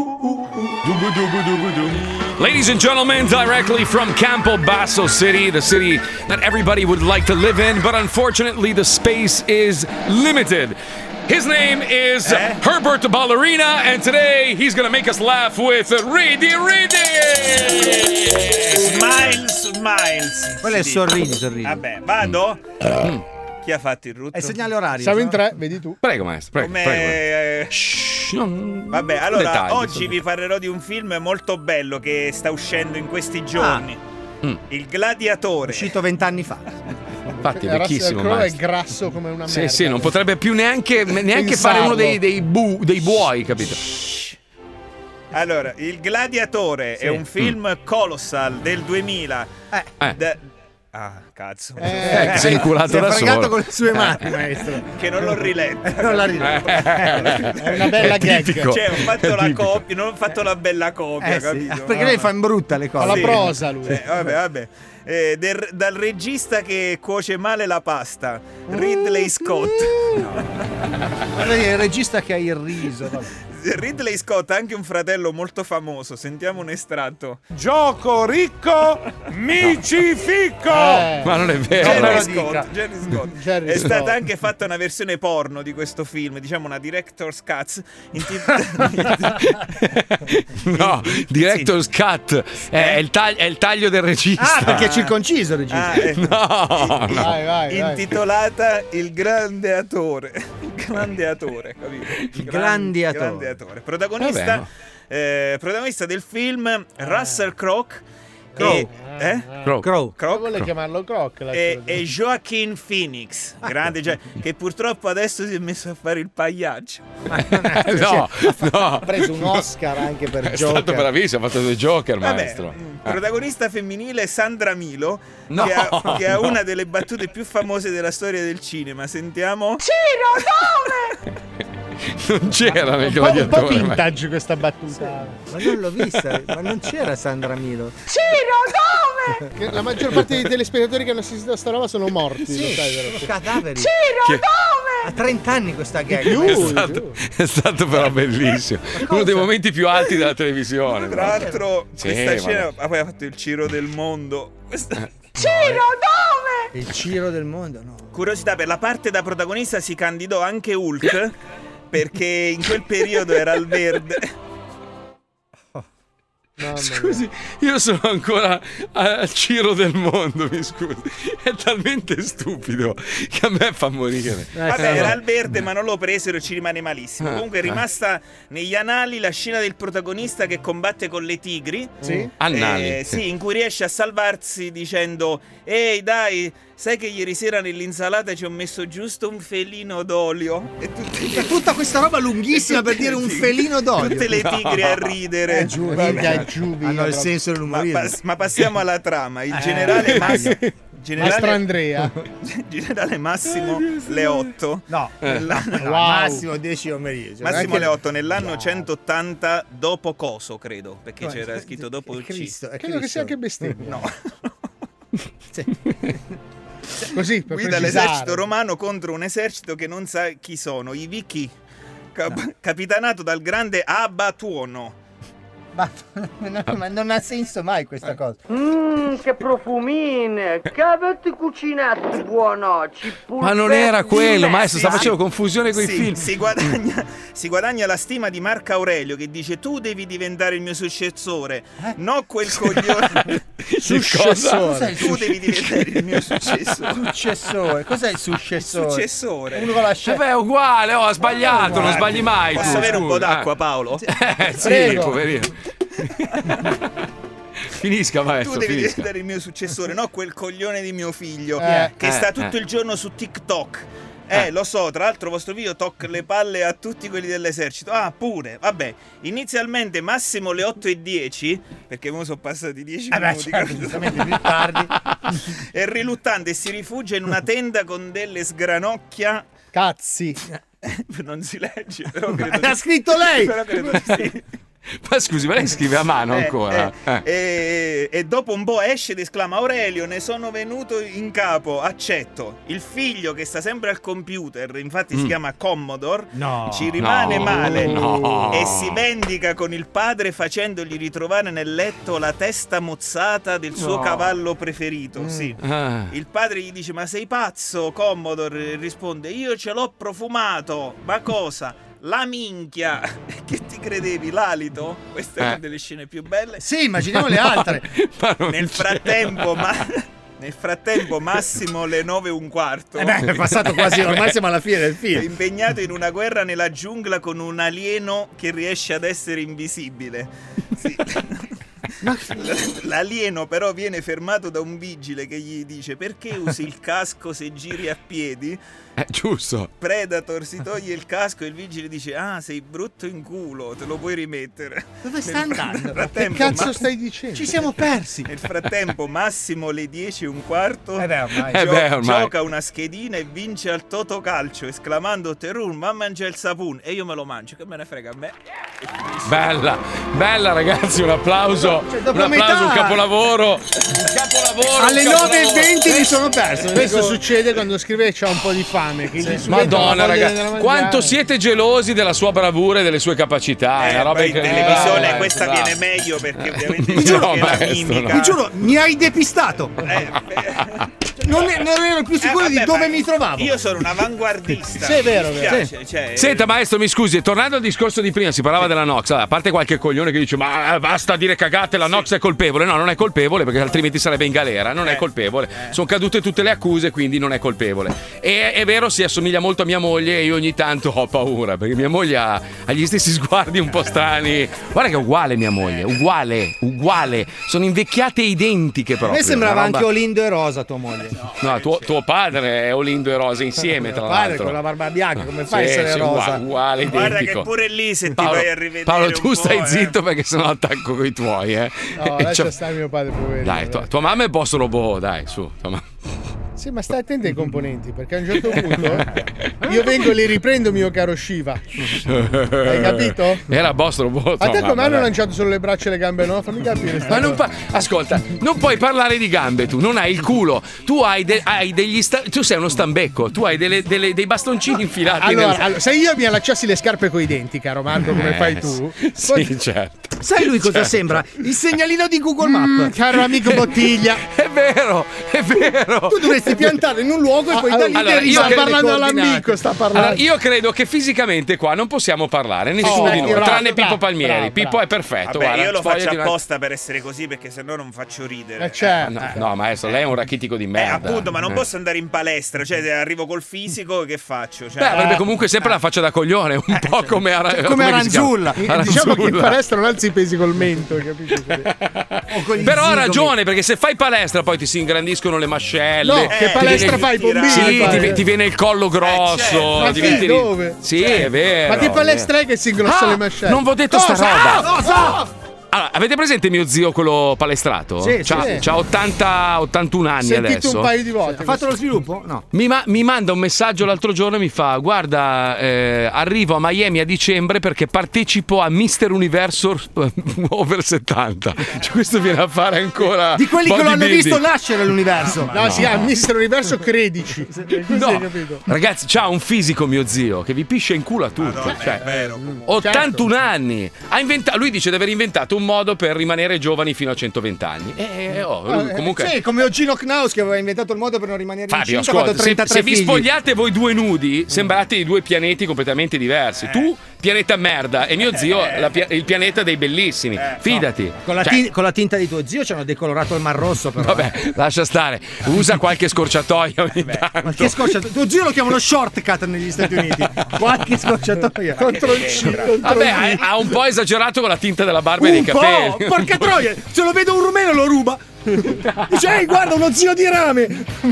Ladies and gentlemen, directly from Campo Basso City, the city that everybody would like to live in, but unfortunately the space is limited. His name is Eh? Herbert Ballerina, and today he's gonna make us laugh with Ridi Ridi! Smiles, smiles. Quello è si sorridi, dice. sorridi. Vabbè, vado? Chi ha fatto il rutto? È il segnale orario. Siamo in no? tre, vedi tu. Prego, maestro, prego, Come... prego. eh, Shh, non- Vabbè, allora dettagli, oggi insomma. vi parlerò di un film molto bello che sta uscendo in questi giorni. Mm. Il Gladiatore. Uscito vent'anni fa. Infatti è Russell vecchissimo, Crowe è maestro. grasso come una Sì, merda. sì, non potrebbe più neanche, neanche Pensarlo. fare uno dei, dei, bu- dei buoi, capito? Allora, Il Gladiatore Sì. è un film colossal del duemila. Eh. Da- Ah, cazzo. Eh, che sei inculato Si è da fregato solo. con le sue mani, maestro. Che non l'ho riletta. Non la rido. È una bella È gag. tipico. Cioè, ho fatto È la tipico. copia, non ho fatto la bella copia, Eh sì, capito? perché lei fa in brutta le cose. Fa la Sì. prosa lui. Eh, vabbè, vabbè. Eh, del- dal regista che cuoce male la pasta, Ridley Scott. Guarda, è il regista che ha il riso. vabbè. Ridley Scott ha anche un fratello molto famoso. Sentiamo un estratto. Gioco ricco, mi ci ficco. Eh, Ma non è vero. Jerry lo Scott, dica. Jerry Scott. Jerry È Scott. stata anche fatta una versione porno di questo film, diciamo una director's cut. inti- No, Director's Cut è, il tag- è il taglio del regista. Ah, perché è circonciso il regista. Ah, eh. No, no. Vai, vai, vai. intitolata Il grande attore. Il grande attore, capito? Il grande attore. grande attore. Protagonista, eh, protagonista del film Russell Crowe. Crowe. E, eh? Crowe. Crow. Crowe? Vuole chiamarlo Croc. la E, cosa. e Joaquin Phoenix, grande, cioè, che purtroppo adesso si è messo a fare il pagliaccio. No, no. Ha preso un Oscar anche per È Joker. stato bravissimo, ha fatto due Joker, Vabbè, maestro. mm, Eh. protagonista femminile Sandra Milo, No, che, ha, che ha no. una delle battute più famose della storia del cinema. Sentiamo. Non c'era nel un, po', un po' gladiatore. ma- vintage questa battuta. Ma non l'ho vista, ma non c'era Sandra Milo. Che la maggior parte dei telespettatori che hanno assistito a sta roba sono morti. lo sai, vero? Sono cadaveri. Che- Ha trenta anni questa gag. Più. È stato, è stato però bellissimo. Uno dei momenti più alti della televisione. Tra l'altro, Sì, questa vabbè. scena ah, poi ha fatto il Ciro del mondo. Questa- Il Ciro del mondo, no. Curiosità, per la parte da protagonista si candidò anche Hulk, perché in quel periodo era al verde. Mamma mia. Scusi, io sono ancora al Ciro del mondo, mi scusi. È talmente stupido che a me fa morire. Vabbè, era al verde, ma non lo presero e ci rimane malissimo. Ah, Comunque è rimasta negli anali la scena del protagonista che combatte con le tigri. Sì? Annali. Eh, sì, in cui riesce a salvarsi dicendo: ehi, dai, sai che ieri sera nell'insalata ci ho messo giusto un felino d'olio? E tutti C'è tutta questa roba lunghissima per dire un felino d'olio. tutte le tigri a ridere. Eh, giù, Minchia, vabbè. giù, via, Hanno il proprio. senso Ma, dell'umorismo. pas- ma passiamo alla trama. Il generale Mas- Maestro Andrea. Generale Massimo Leotto. No, Eh. no, no, Wow. Massimo dieci omerie. Cioè, Massimo anche- Leotto nell'anno centottanta dopo Coso, credo, perché No, c'era è- scritto dopo il C. Cristo, è Credo che sia anche bestemmia. No. Così, per Guida precisare. l'esercito romano contro un esercito che non sa chi sono, i Vichi, cap- capitanato dal grande Abatuono. Ma, no, ma non ha senso mai questa cosa. Mmm, che profumine! Che avete cucinato buono! Ma non era quello, maestro, sta facendo confusione con i Sì, film. Si guadagna, si guadagna la stima di Marco Aurelio che dice tu devi diventare il mio successore, no quel coglione. Successore. Tu devi diventare il mio successore. Successore. Cos'è il successore? Successore. Uno con la scelta. Vabbè, è uguale, oh, ha sbagliato, non sbagli mai. Posso tu, avere un po' scusa. d'acqua, Paolo? Eh, sì, Prego. poverino. Finisca, maestro. Tu devi finisca. diventare il mio successore, no quel coglione di mio figlio Eh, che eh, sta tutto eh. il giorno su TikTok. Eh, Eh. lo so, tra l'altro vostro figlio tocca le palle a tutti quelli dell'esercito. Ah, pure, vabbè. Inizialmente massimo le otto e dieci, perché ora sono passati dieci Eh beh, minuti. certo, giustamente più tardi. È riluttante e si rifugia in una tenda con delle sgranocchia. Cazzi. Non si legge, però credo L'ha di- scritto lei! Però credo di sì. Ma scusi, ma lei scrive a mano Eh, ancora? eh, Eh. E, e dopo un po' esce ed esclama: Aurelio, ne sono venuto in capo, accetto. Il figlio che sta sempre al computer, infatti si Mm. chiama Commodore, No. ci rimane No, male no. e si vendica con il padre facendogli ritrovare nel letto la testa mozzata del suo No. cavallo preferito. Sì. Ah. Il padre gli dice: ma sei pazzo, Commodore? E risponde: io ce l'ho profumato. Ma cosa? La minchia. Che ti credevi? L'alito? Questa è una Eh. delle scene più belle. Sì, immaginiamo le altre. Ma non Nel c'è. frattempo, ma... Nel frattempo, Massimo le nove e un quarto. Eh beh, è passato quasi, ormai siamo alla fine del È film. impegnato in una guerra nella giungla con un alieno che riesce ad essere invisibile. Sì. L'alieno però viene fermato da un vigile che gli dice: perché usi il casco se giri a piedi? Eh, giusto. Predator si toglie il casco e il vigile dice: ah, sei brutto in culo, te lo puoi rimettere. Dove sta Nel andando? frattempo, Che cazzo Ma- stai dicendo? Ci siamo persi. Nel frattempo Massimo le dieci e un quarto Eh beh, ormai. Eh gio- beh, ormai. gioca una schedina e vince al Totocalcio esclamando: Terun, ma mangia il sapun e io me lo mangio, che me ne frega a me. Bella, bella ragazzi, un applauso. Cioè, dopo un applauso, metà- un capolavoro. Un capolavoro. Alle un nove e capolavoro. venti mi sono perso. Questo succede quando scrive che c'ha un po' di fame. Che gli subito Madonna, la voglia di andare a ragazzi, mangiare. quanto siete gelosi della sua bravura e delle sue capacità. È Eh, una roba poi in incredibile. televisione Eh, questa bravo. viene meglio perché ovviamente Vi c'è giuro, anche la maestro, mimica. Vi giuro, mi hai depistato. Eh, beh, Non, ne- non ero più sicuro eh, di vabbè, dove ma mi trovavo. Io sono un avanguardista. Sì, è vero, Mi vero. piace, cioè, Senta maestro, mi scusi, tornando al discorso di prima, si parlava della Nox, a parte qualche coglione che dice ma eh, basta dire cagate, la Nox è colpevole. No, non è colpevole perché altrimenti sarebbe in galera, non è Eh. colpevole. Sono cadute tutte le accuse, quindi non è colpevole. E è vero, si assomiglia molto a mia moglie e io ogni tanto ho paura perché mia moglie ha, ha gli stessi sguardi un po' strani. Guarda che è uguale mia moglie, uguale, uguale. Sono invecchiate identiche A proprio. me sembrava una roba- anche Olindo e Rosa tua moglie. No, tuo, tuo padre è Olindo e Rosa insieme, tra Mio padre l'altro. con la barba bianca, come fa a Sì, essere sì, rosa? uguale, uguale, Guarda identico. che pure lì se ti Paolo, vai a rivedere Paolo, un tu po', stai eh. zitto perché sennò attacco coi tuoi, eh. No, E lascia c'ho- stare mio padre, poverino. Dai, tua, tua mamma è posto robot, dai, su. Tua mamma. Sì, ma stai attento ai componenti, perché a un certo punto io vengo e li riprendo, mio caro Shiva. Hai capito? Era boss robot. A tua te come mamma, hanno dai. lanciato solo le braccia e le gambe, no? Fammi capire. sta Ma non cosa. pa- ascolta, non puoi parlare di gambe tu, non hai il culo. Tu hai, de- hai degli sta- tu sei uno stambecco, tu hai delle- delle- dei bastoncini infilati Allora, nel- allora, se io mi allacciassi le scarpe coi denti, caro Marco, come Eh, fai tu? Sì, certo. Sai lui cosa Certo. sembra? Il segnalino di Google Maps. Mm, caro amico Bottiglia. È vero, è vero. Tu dovresti piantare in un luogo e poi da lì Allora, derivi io sta che- parlando le coordinate. all'amico, sta parlando. Allora, io credo che fisicamente qua non possiamo parlare, nessuno Oh, di noi, bravo, tranne bravo, Pippo Palmieri. bravo, Pippo bravo. è perfetto. Vabbè, guarda, io lo sfogliati faccio una- apposta per essere così perché sennò non faccio ridere. Eh, certo. No, no, maestro, lei è un rachitico di Eh, merda. appunto, ma non Eh. posso andare in palestra, cioè se arrivo col fisico che faccio? Cioè, Beh, avrebbe comunque sempre la faccia da coglione, un po' come, Ara- Cioè, come come si chiama? Aranzulla. Eh, Diciamo che in Aranzulla. palestra non alzi i pesi col mento, capito? O con gli Però ha zigomi. ragione, perché se fai palestra poi ti si ingrandiscono le mascelle. No, Eh, che ti palestra viene- fai, Bombino? Sì, fai? ti, ti viene il collo grosso. certo. Ma diventi- sì, dove? Sì, è vero. Ma che palestra è che si ingrossa Ah, le mascelle? non v'ho detto sta Cosa? roba. Ah, cosa? Allora, avete presente mio zio, quello palestrato? Sì, c'ha, sì. c'ha ottanta ottantuno anni Sentito adesso. un paio di volte. Ha fatto lo sviluppo? No. Mi, ma- mi manda un messaggio l'altro giorno e mi fa: guarda, eh, arrivo a Miami a dicembre perché partecipo a Mister Universo Over settanta. Cioè, questo viene a fare ancora Di quelli che lo hanno bodybuilding. visto nascere l'universo. No, si chiama Mister Universo Credici. Così No, hai capito? ragazzi, c'ha un fisico mio zio che vi pisce in culo a tutti. Madonna, cioè, è vero. ottantuno anni. Ha inventa- lui dice di aver inventato un modo per rimanere giovani fino a centoventi anni. E oh, lui, comunque. Sì, come Ogino Knaus che aveva inventato il modo per non rimanere Fabio, incinta quando ascolta, se, trentatré se vi figli. spogliate voi due nudi, sembrate di due pianeti completamente diversi. Tu, pianeta merda, e mio zio, la pia- il pianeta dei bellissimi. Fidati. Con la, Cioè, tin- con la tinta di tuo zio ci hanno decolorato il Mar Rosso, però. Vabbè, lascia stare. Usa qualche scorciatoia ogni tanto. Ma che scorciatoia? Tuo zio lo chiamano shortcut negli Stati Uniti. Qualche scorciatoia. Contro il C. Vabbè, ha, ha un po' esagerato con la tinta della barba e Un dei capelli. po', porca troia, se lo vedo un rumeno lo ruba. Dice, ehi, guarda, uno zio di rame.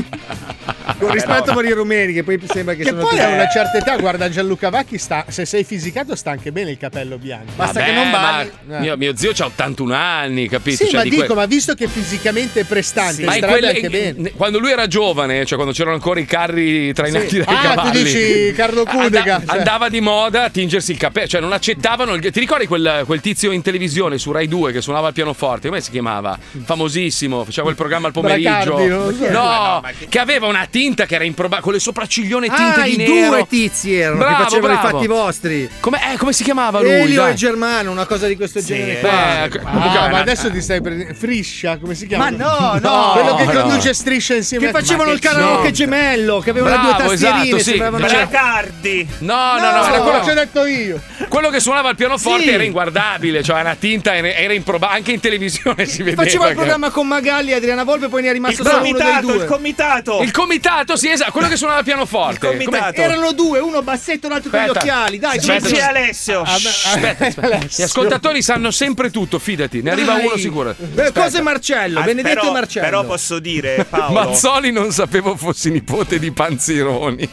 Con rispetto per i rumeni, che poi sembra che, Che sono poi tutti- a una certa età, guarda Gianluca Vacchi, sta, se sei fisicato sta anche bene il capello bianco. Basta Vabbè, che non ma balli. Mio, mio zio ha ottantuno anni, capito? Sì, Cioè, ma di dico, que- ma visto che fisicamente è prestante, Ma in starebbe quelle- anche bene. in- quando lui era giovane, cioè quando c'erano ancora i carri trainati Sì. dai Ah, tu cavalli, dici Carlo Cudega, Anda- cioè. andava di moda a tingersi il capello, cioè non accettavano. Il... Ti ricordi quel, quel tizio in televisione su Rai due che suonava il pianoforte? Come si chiamava? Famosissimo, faceva quel programma al pomeriggio. Bracardi, non lo so. No, che aveva una tinta che era improbabile, con le sopracciglione tinte Ah, di i nero. due tizi erano Bravo, che facevano bravo. i fatti vostri. Come, eh, come si chiamava lui? Elio dai? e Germano, una cosa di questo genere qua. Beh, comunque Ah, era- ma adesso ti stai prendendo Friscia, come si chiama? Ma no, no. quello che no. conduce Striscia insieme Che a facevano Ma il che karaoke c'è? gemello, che avevano Bravo, due tastierine, esatto, sì. sembravano Cioè- Bracardi. No, no, no, No, era quello, ci ho detto io. quello che suonava il pianoforte Sì. era inguardabile, cioè una tinta era, era improbabile, anche in televisione si vedeva. Faceva il che- programma con Magalli e Adriana Volpe, poi ne è Il rimasto solo uno dei comitato, due. il comitato. Il comitato, sì, esatto, quello che suonava il pianoforte. Il comitato. Come- Erano due, uno bassetto, l'altro con gli Aspetta. occhiali. Dai, Aspetta. Gigi e Alessio. Aspetta, aspetta. Gli ascoltatori sanno sempre tutto, fidati, ne arriva Dai. uno sicuro. Beh, cosa è Marcello? Ah, Benedetto però, e Marcello. però posso dire, Paolo. Mazzoli non sapevo fossi nipote di Panzironi.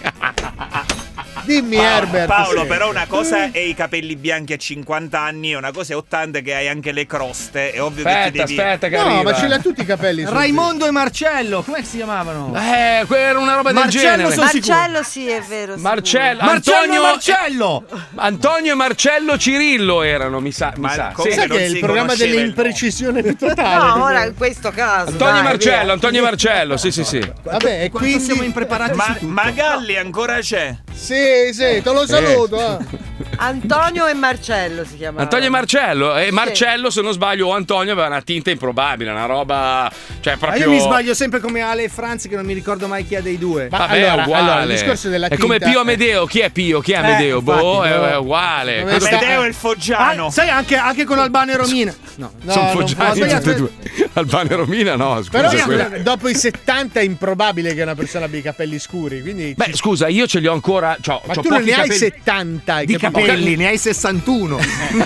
Dimmi Paolo, Herbert. Paolo, sì. però una cosa è i capelli bianchi a cinquanta anni e una cosa è ottanta che hai anche le croste. È ovvio che Aspetta, ti devi... aspetta che No, arriva. ma ce l'ha tutti i capelli. su. Raimondo e Marcello, come si chiamavano? Eh, quella era una roba del Marcello genere. sono Marcello sì, è vero. Marcello, Marcello Antonio, e Marcello! Antonio e Marcello Cirillo erano, mi sa. Mi Ma sa. come Sì. Sai non che è si il programma conosceva il dell'imprecisione più totale. No, ora in questo caso. Antonio e dai, Marcello, via. Antonio e Marcello, sì, sì, sì. Vabbè, e Quanto quindi siamo impreparati Ma, su tutto. ma Galli ancora c'è? Sì, sì, te lo saluto. eh. Antonio e Marcello si chiamava. Antonio e Marcello. E Marcello, se non sbaglio, o Antonio aveva una tinta improbabile, una roba. Cioè, Ma proprio. io mi sbaglio sempre come Ale e Franz, che non mi ricordo mai chi è dei due. Ma Vabbè, allora, è uguale. allora, il discorso della è come tinta- Pio Amedeo. Chi è Pio? Chi è Amedeo? infatti, boh, è, no. è uguale. Come Cosa- sta- Amedeo e il Foggiano. Ah, sai, anche, anche con Albano e Romina. No. No, Sono non foggiani fa- tutti e due. Albano e Romina, no, scusa. Però quella- dopo i settanta è improbabile che una persona abbia i capelli scuri. Quindi Beh, scusa, io ce li ho ancora. C'ho, ma c'ho tu non pochi ne hai capelli. settanta hai Di capito? capelli, ne hai sessantuno.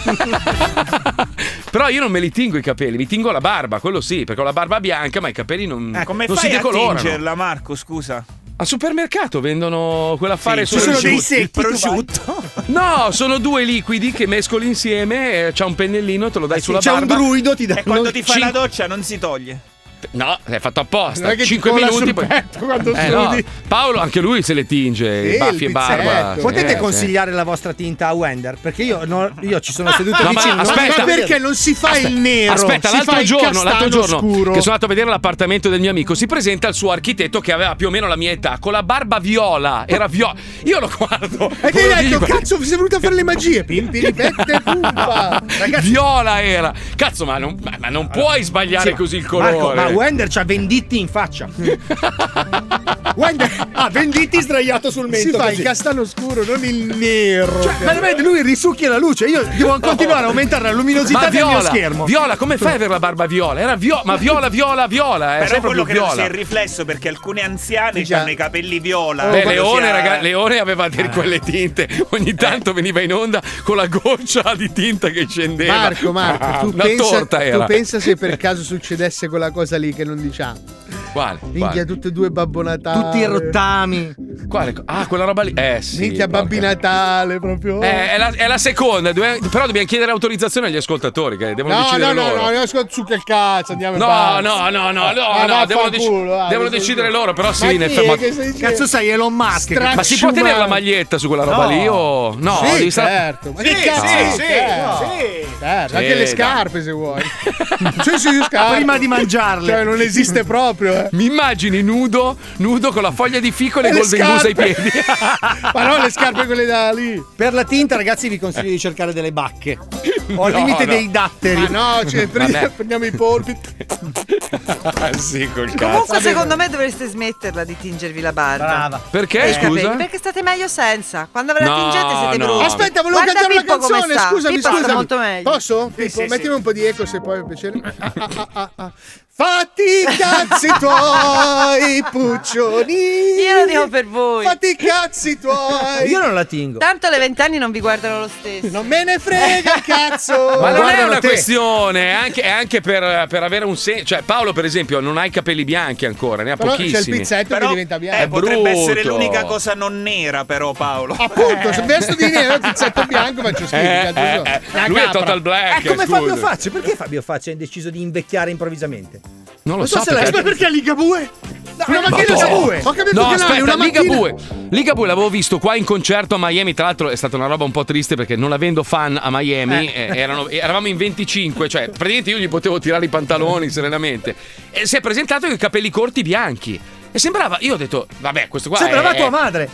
Però io non me li tingo i capelli, mi tingo la barba, quello sì, perché ho la barba bianca, ma i capelli non, Eh, come non si fai a decolorano. tingerla, Marco? Scusa. Al supermercato vendono quell'affare Sì, sul ci sono dei prosciutto. secchi, prosciutto. No, sono due liquidi che mescoli insieme, eh, c'ha un pennellino, te lo dai sulla C'è un barba. druido, ti dà. E quando non- ti fai cin- la doccia non si toglie. No, è fatto apposta. Non è che ti cinque cola minuti sul poi. petto quando Eh, no. sudi. Paolo anche lui se le tinge, Sì, baffi e il barba. pizzetto. Potete Eh, consigliare la vostra tinta a Wender? Perché io, no- io ci sono seduto No, ma vicino. non aspetta. so Ma perché non si fa il nero? Aspetta, si l'altro fa il giorno, castano l'altro giorno scuro. che sono andato a vedere l'appartamento del mio amico, si presenta il suo architetto che aveva più o meno la mia età, con la barba viola, era viola. Io lo guardo. E ti quello hai detto, dico- cazzo, sei venuto a fare le magie. Pimpi, ripette, pumpa. Ragazzi, Viola era. Cazzo, ma non, ma- ma non puoi sbagliare sì, così il Marco, colore. ma Wender c'ha Venditti in faccia. Wender ha Venditti sdraiato sul Si mento. fa così. il castano scuro, non il nero. Cioè, ma vedi, lui risucchia la luce. Io devo continuare a aumentare la luminosità Ma del mio viola, schermo. viola, come fai ad avere la barba viola? Era viola, ma viola, viola, viola. È Però sempre quello più credo sia viola. il riflesso perché alcuni anziani Già. hanno i capelli viola. Beh, Credo Leone, sia- raga, Leone aveva di quelle tinte. Ogni tanto veniva in onda con la goccia di tinta che scendeva. Marco, Marco, tu Una pensa, torta era. tu pensa se per caso succedesse quella cosa lì che non diciamo. Quale? Minchia, Quale? tutte e due Babbo Natale. Tutti i rottami. Quale? Ah, quella roba lì. Eh sì. Minchia, Babbi Natale proprio. Eh, è, la, è la seconda, dove- però dobbiamo chiedere autorizzazione agli ascoltatori che devono No, decidere no, no, loro. no, io ascolto su che cazzo, andiamo in No, pazzi. no, no, no, no, Ah, no, devono, vaffanculo, dec- dai, devono che decidere sei- loro, però Ma sì, chi in è effetti. che stai dicendo? Cazzo sei Elon Musk? Ma si può tenere la maglietta su quella roba No. lì o no? Sì, Devi stare- certo. Ma Sì, che cazzo? sì, è? sì, Certo. sì. Certo, Sì, anche le dai. scarpe se vuoi. Sì, sì, io scarpe. Prima di mangiarle. Cioè, non esiste proprio, eh. Mi immagini nudo, nudo con la foglia di fico e le E le golden goose ai scarpe. piedi. Ma no, le scarpe quelle da lì. Per la tinta, ragazzi, vi consiglio di cercare delle bacche. O al No, limite no. dei datteri. Ma no, cioè, prendiamo, Vabbè. prendiamo i polpi. Ah, sì, col cazzo. Comunque, secondo me dovreste smetterla di tingervi la barba. Brava. Perché, E i scusa? capelli, perché state meglio senza. Quando ve la No, tingete siete no. brutti. Aspetta, volevo Guarda cantare una Pippo come canzone. sta. Scusami, Pippo scusami. sta molto meglio. Posso? Sì, Pippo, sì, mettimi sì. un po' di eco se puoi, per piacere. Ah, ah, ah, ah, ah. Fatti i cazzi tuoi, puccioni. Io lo dico per voi. Fatti i cazzi tuoi. Io non la tingo. Tanto alle vent'anni non vi guardano lo stesso. Non me ne frega, cazzo. Ma non è guardano una te. questione, è anche, è anche per, per avere un senso. Cioè, Paolo, per esempio, non ha i capelli bianchi ancora, ne ha Però c'è il pochissimi. pizzetto Però che diventa bianco. eh, È potrebbe brutto. essere l'unica cosa non nera, però, Paolo. Appunto, se vesto di nero il pizzetto bianco faccio schifo. Eh, cazzo eh, so. eh. Una Lui è capra. total black. È come scusa. Fabio Faccia. Perché Fabio Faccia ha deciso di invecchiare improvvisamente? Non lo Non so so se l'hai- perché. Ma perché Ligabue? Una ma macchina no. Ligabue. Ho capito No, il canale, aspetta, una macchina. Ligabue. Ligabue l'avevo visto qua in concerto a Miami. Tra l'altro è stata una roba un po' triste perché non avendo fan a Miami, eh, erano- eravamo in venticinque, cioè praticamente io gli potevo tirare i pantaloni serenamente. E si è presentato con i capelli corti bianchi. E sembrava, io ho detto, vabbè, questo qua Sembrava è, tua madre.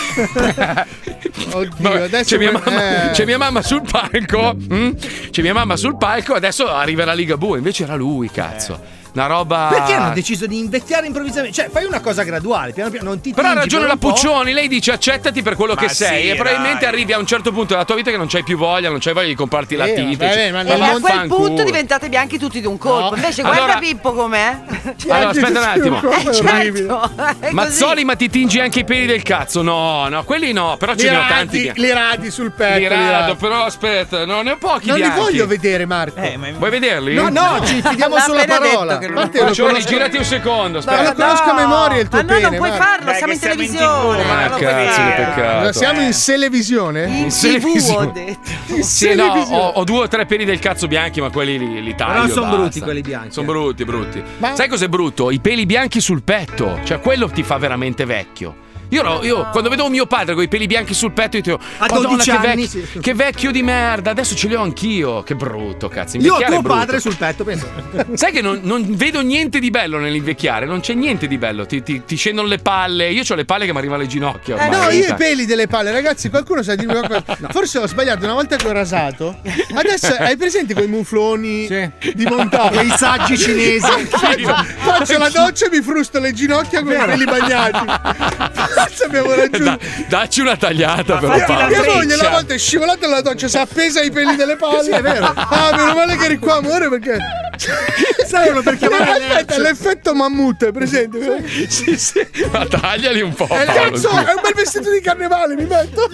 Oddio, Vabbè, adesso c'è, mia que- mamma, eh. c'è mia mamma sul palco. mm? C'è mia mamma sul palco. Adesso arriverà Ligabue. Invece era lui, cazzo. Una roba. Perché hanno deciso di invecchiare improvvisamente? Cioè, fai una cosa graduale, piano piano, non ti Però ha tingi ragione per la un po'. Puccioni, lei dice accettati per quello Ma che sì, sei e probabilmente dai. arrivi a un certo punto della tua vita che non c'hai più voglia, non c'hai voglia di comprarti la Eh, tinta. vabbè, cioè, ma E non a non quel fanculo. punto diventate bianchi tutti di un colpo. No. Invece, Allora- guarda Pippo com'è. Allora, aspetta un attimo. Eh, certo, è così. Mazzoli, ma ti tingi anche i peli del cazzo? No, no, quelli no, però ce ne ho tanti. Li bianchi. li radi sul petto. Li li rado, radi. però aspetta, no, ne ho pochi Non li bianchi. voglio vedere, Marco. Eh, ma Vuoi vederli? No, no, ci fidiamo L'ha sulla appena parola. detto che non- Guarda, lo Puccioni, conosco- girati un secondo, No, aspetta. lo conosco a memoria il tuo Ma no, non pene, puoi Marco. farlo, Dai, siamo che in siamo in televisione. tivù, Ma non lo puoi cazzo, fare. che peccato. Allora, siamo eh. in televisione? In televisione. tivù ho detto. Sì, no, ho, ho due o tre peli del cazzo bianchi, ma quelli li, li taglio. Però son basta. brutti quelli bianchi, Sono eh. brutti, brutti. Ma- Sai cos'è brutto? I peli bianchi sul petto. Cioè, quello ti fa veramente vecchio. Io, no- io quando vedo mio padre con i peli bianchi sul petto, io dico: A Madonna, dodici che, anni, vecchio, sì. che vecchio di merda. Adesso ce li ho anch'io. Che brutto, cazzo. Io ho Invecchiare tuo è brutto. padre sul petto, penso. Sai che non, non vedo niente di bello nell'invecchiare, non c'è niente di bello, ti, ti- ti scendono le palle, io ho le palle che mi arrivano alle ginocchia. Eh, ormai. no, io i peli delle palle, ragazzi, qualcuno sa dirmi una cosa. Forse ho sbagliato una volta che ho rasato. Adesso hai presente quei mufloni di montagna? Quei saggi cinesi. Faccio, faccio la doccia e mi frusto le ginocchia con i peli bagnati. Forse abbiamo raggiunto. Da- dacci una tagliata però, Mia, Paolo. mia moglie una volta è scivolata nella doccia, si è appesa ai peli delle palle. Sì, è vero. Ah, meno male che eri qua, amore, perché. Servono per chiamare Aspetta, l'effetto mammut, è presente? Sì, sì, ma tagliali un po'. Eh, Paolo, cazzo, scusa. è un bel vestito di carnevale, mi metto.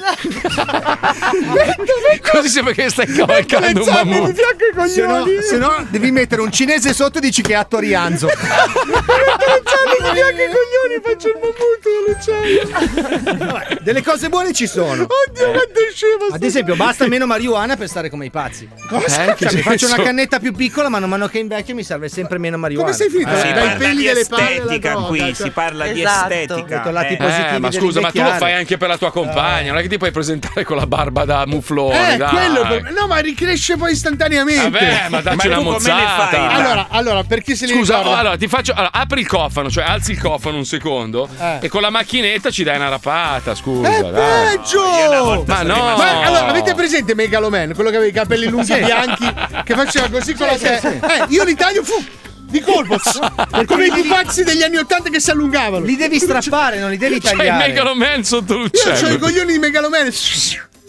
Così sembra che stai Le cavalcando un zanne, mi mammut. fianco i Se no, coglioni. se no, devi mettere un cinese sotto e dici che è atto Rianzo. Le zanne, mi fianco i coglioni, faccio il mammut dell'uccello. Vabbè, delle cose buone ci sono. Oddio, quanto è scemo. Ad esempio, basta meno marijuana per stare come i pazzi. Eh, Cioè, che mi faccio una senso? cannetta più piccola, ma man mano che invecchio mi serve sempre meno marijuana. Come sei finito? Ma si Dai parla peli di delle palle alla estetica droga, qui, cioè. si parla di Esatto. estetica. Detto lati eh. positivi Eh, ma scusa, ma tu lo dell'invecchiare. fai anche per la tua compagna, non è che ti puoi presentare con la barba da muflone, Eh, dai. quello è il problema. No, ma ricresce poi istantaneamente. Vabbè, ma dacci Ma una tu come le mozzata. fai? Allora, allora, per chi se li Scusa, ricorda. allora ti faccio. Allora, apri il cofano, cioè alzi il cofano un secondo Eh. e con la macchinetta ci dai una rapata. Scusa, È dai. peggio! Io una volta Ma sono no. rimasto- Ma allora, avete presente Megaloman? Quello che aveva i capelli lunghi Sì. bianchi, che faceva così con la sì, testa? sì. Eh, io li taglio, fu! Di colpo! Come i pupazzi degli anni ottanta che si allungavano. Li devi strappare, non li devi C'hai il tagliare. Megaloman sotto Io ho i l'uccello. coglioni di Megaloman.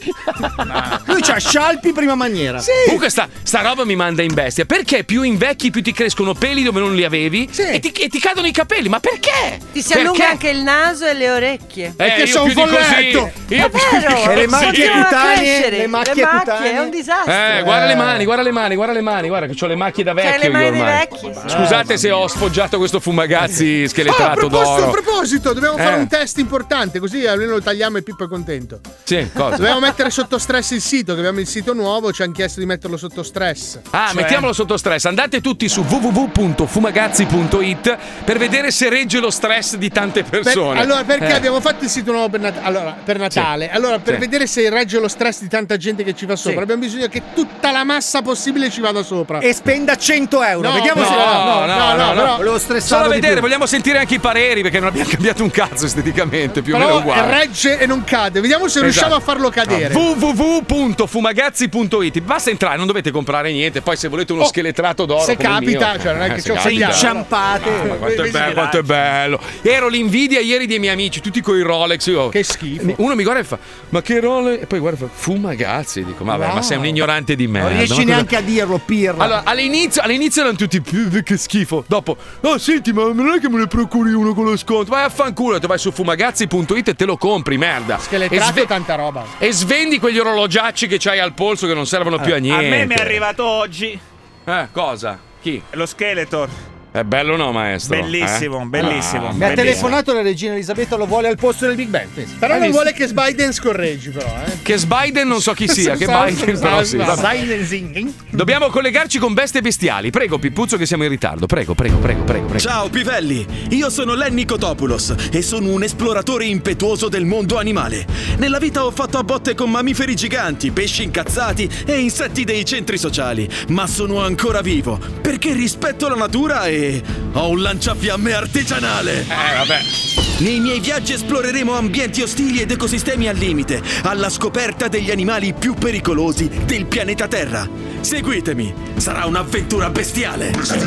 Lui c'ha scialpi prima maniera. Sì. Comunque sta, sta roba mi manda in bestia. Perché più invecchi più ti crescono peli dove non li avevi Sì. e, ti, e ti cadono i capelli? Ma perché? Ti si Perché? allunga anche il naso e le orecchie. Eh, io più di così. Io È più di vero, così. E le macchie continuano a cutanee, crescere. le macchie cutanee. è un disastro. Eh, guarda le mani, guarda le mani, guarda le mani, guarda che ho le macchie da C'hai vecchio le mani io dei ormai. vecchi. Scusate se ho sfoggiato questo fumagazzi Ah, a scheletrato proposito, a d'oro. proposito, dobbiamo fare Eh. un test importante, così almeno lo tagliamo e Pippo è contento. Sì, cosa? Dobbiamo mettere sotto stress il sito, che abbiamo il sito nuovo, ci hanno chiesto di metterlo sotto stress. Ah, Cioè- mettiamolo sotto stress. Andate tutti su w w w punto fumagazzi punto it per vedere se regge lo stress di tante Per- persone. allora, perché Eh. abbiamo fatto il sito nuovo per, Nat- allora, per Natale? Allora, per Sì. vedere se regge lo stress di tanta gente che ci va sopra, Sì. abbiamo bisogno che tutta la massa possibile ci vada sopra. E spenda cento euro. No, Vediamo no, se. no, no, no, però- Volevo Solo stressarlo a di vedere, più. vogliamo sentire anche i pareri perché non abbiamo cambiato un cazzo esteticamente, più o meno Però uguale. regge e non cade. Vediamo se riusciamo a farlo cadere. w w w punto fumagazzi punto it. Basta entrare, non dovete comprare niente. Poi, se volete uno Oh, scheletrato d'oro, se come il capita, mio, cioè, non è che se ci ho capita. sediato. Inciampate. Ah, ma quanto è, Vedi bello, che quanto è bello. Ero l'invidia ieri dei miei amici, tutti coi Rolex. Io, Che schifo. Uno mi guarda e fa: ma che Rolex? E poi guarda e fa: Fumagazzi. Dico: vabbè, No. ma sei un ignorante di merda. Non riesci ma cosa- neanche a dirlo, pirla. Allora, all'inizio, all'inizio erano tutti "Più, che schifo". Dopo, oh senti, ma non è che me ne procuri uno con lo sconto? Vai a fanculo, tu vai su fumagazzi punto it e te lo compri, merda. Scheletrato E sve- tanta roba. E svendi quegli orologiacci che c'hai al polso che non servono più a A niente. me mi è arrivato oggi Eh, cosa? Chi? lo Skeletor. È bello no, maestro? Bellissimo, Eh? bellissimo. Ah, Mi ha bellissimo. telefonato la regina Elisabetta, lo vuole al posto del Big Ben. pensa. Però Hai non visto? vuole che Biden scorreggi, però, eh. Che Biden non so chi sia, che Sa- Biden sa- però sì. sa- vabbè. Dobbiamo collegarci con bestie bestiali. Prego, Pippuzzo, che siamo in ritardo. Prego, prego, prego, prego, prego. Ciao pivelli, io sono Lenny Kotopoulos e sono un esploratore impetuoso del mondo animale. Nella vita ho fatto a botte con mammiferi giganti, pesci incazzati e insetti dei centri sociali, ma sono ancora vivo perché rispetto la natura e ho un lanciafiamme artigianale. Eh, vabbè. Nei miei viaggi esploreremo ambienti ostili ed ecosistemi al limite, alla scoperta degli animali più pericolosi del pianeta Terra. Seguitemi, sarà un'avventura bestiale.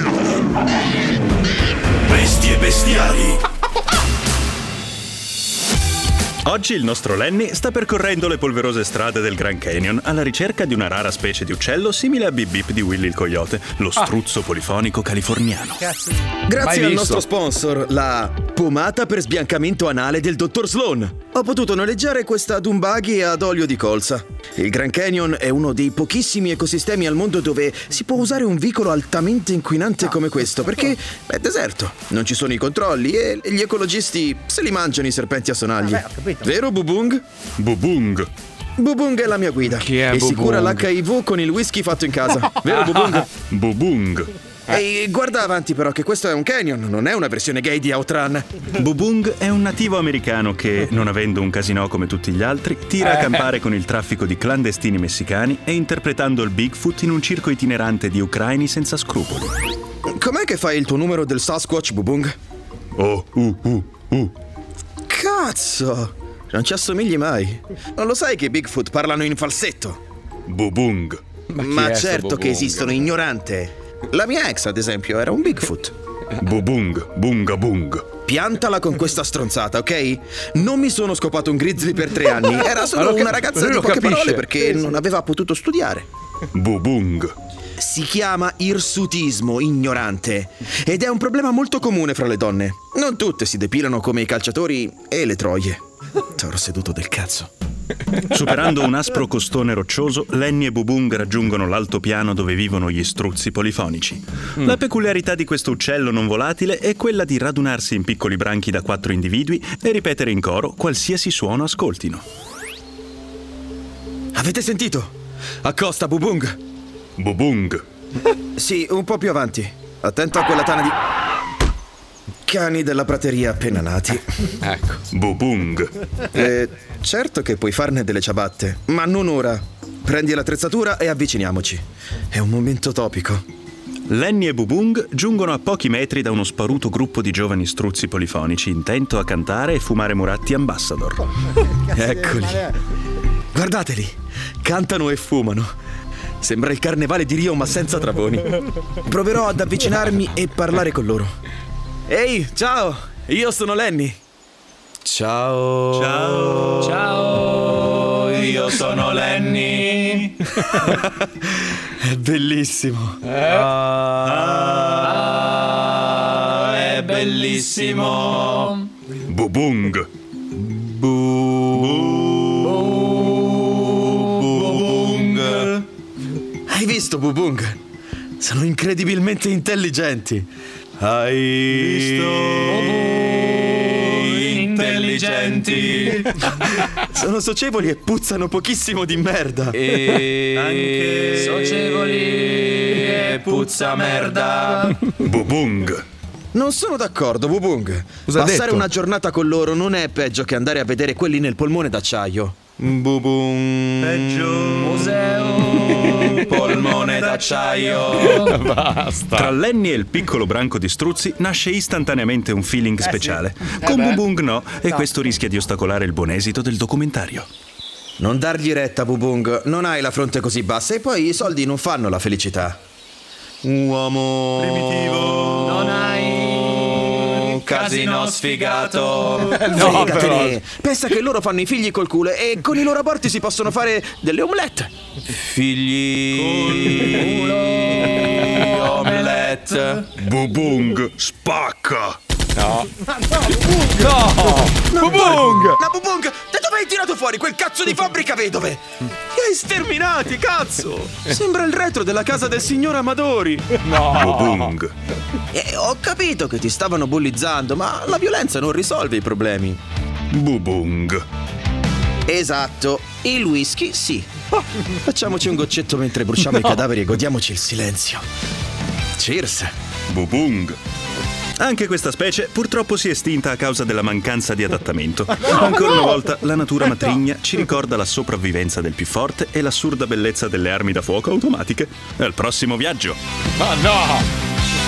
Bestie bestiali. Oggi il nostro Lenny sta percorrendo le polverose strade del Grand Canyon alla ricerca di una rara specie di uccello simile a Bip Bip di Willy il Coyote, lo struzzo polifonico californiano. Grazie Mai al visto. nostro sponsor, la pomata per sbiancamento anale del dottor Sloan, ho potuto noleggiare questa Dumbaghi ad olio di colza. Il Grand Canyon è uno dei pochissimi ecosistemi al mondo dove si può usare un vicolo altamente inquinante come questo, perché è deserto, non ci sono i controlli e gli ecologisti se li mangiano i serpenti a sonagli. Vabbè, ho capito. Vero Bubung? Bubung. Bubung è la mia guida. Chi è e si Bubung? cura l'H I V con il whisky fatto in casa. Vero Bubung? Bubung. Ehi, guarda avanti però che questo è un canyon, non è una versione gay di Outrun. Bubung è un nativo americano che, non avendo un casino come tutti gli altri, tira a campare con il traffico di clandestini messicani e interpretando il Bigfoot in un circo itinerante di ucraini senza scrupoli. Com'è che fai il tuo numero del Sasquatch, Bubung? Oh, uh, uh, uh. Cazzo! Non ci assomigli mai. Non lo sai che i Bigfoot parlano in falsetto? Bubung. Ma, chi è sto certo che Bubung? esistono, ignorante. La mia ex, ad esempio, era un Bigfoot. Bubung. Bunga bung. Piantala con questa stronzata, ok? Non mi sono scopato un grizzly per tre anni. Era solo Ma lo una cap- ragazza lui di lo poche capisce. parole perché non aveva potuto studiare. Bubung. Si chiama irsutismo, ignorante. Ed è un problema molto comune fra le donne. Non tutte si depilano come i calciatori e le troie. Toro seduto del cazzo. Superando un aspro costone roccioso, Lenny e Bubung raggiungono l'altopiano dove vivono gli struzzi polifonici. La peculiarità di questo uccello non volatile è quella di radunarsi in piccoli branchi da quattro individui e ripetere in coro qualsiasi suono ascoltino. Avete sentito? Accosta, Bubung. Bubung. Sì, un po' più avanti. Attento a quella tana di... cani della prateria appena nati. Ecco. Bubung. Eh, certo che puoi farne delle ciabatte, ma non ora. Prendi l'attrezzatura e avviciniamoci. È un momento topico. Lenny e Bubung giungono a pochi metri da uno sparuto gruppo di giovani struzzi polifonici intento a cantare e fumare Muratti Ambassador. Eccoli. Guardateli. Cantano e fumano. Sembra il carnevale di Rio, ma senza travoni. Proverò ad avvicinarmi e parlare con loro. Ehi, ciao! Io sono Lenny. Ciao. Ciao. Ciao. Io sono È bellissimo. Eh? Ah, è bellissimo. Bubung. Bubung. Hai visto, Bubung? Sono incredibilmente intelligenti. Hai visto? Intelligenti. Sono socievoli e puzzano pochissimo di merda. E anche socievoli e puzza merda. Bubung. Non sono d'accordo, Bubung. Cosa ha Passare detto? una giornata con loro non è peggio che andare a vedere quelli nel polmone d'acciaio. Bubung. Peggio. Museo. Polmone d'acciaio. Basta. Tra Lenny e il piccolo branco di struzzi nasce istantaneamente un feeling speciale. Con Eh beh. Bubung no, e No. questo rischia di ostacolare il buon esito del documentario. Non dargli retta, Bubung. Non hai la fronte così bassa e poi i soldi non fanno la felicità. Uomo primitivo. Non hai un casino sfigato. Fregatene. Pensa che loro fanno i figli col culo e con i loro aborti si possono fare delle omelette. Figli omelette. Bubung spacca. No. No! Bubung! La Bubung! Da dove hai tirato fuori quel cazzo di fabbrica vedove? Li hai sterminati, cazzo! Sembra il retro della casa del signor Amadori. No! Bubung! Eh, ho capito che ti stavano bullizzando, ma la violenza non risolve i problemi. Bubung. Esatto, il whisky sì. Oh, facciamoci un goccetto mentre bruciamo No. i cadaveri e godiamoci il silenzio. Cheers! Bubung. Anche questa specie purtroppo si è estinta a causa della mancanza di adattamento. Ancora una volta la natura matrigna ci ricorda la sopravvivenza del più forte e l'assurda bellezza delle armi da fuoco automatiche. Al prossimo viaggio. Ma no!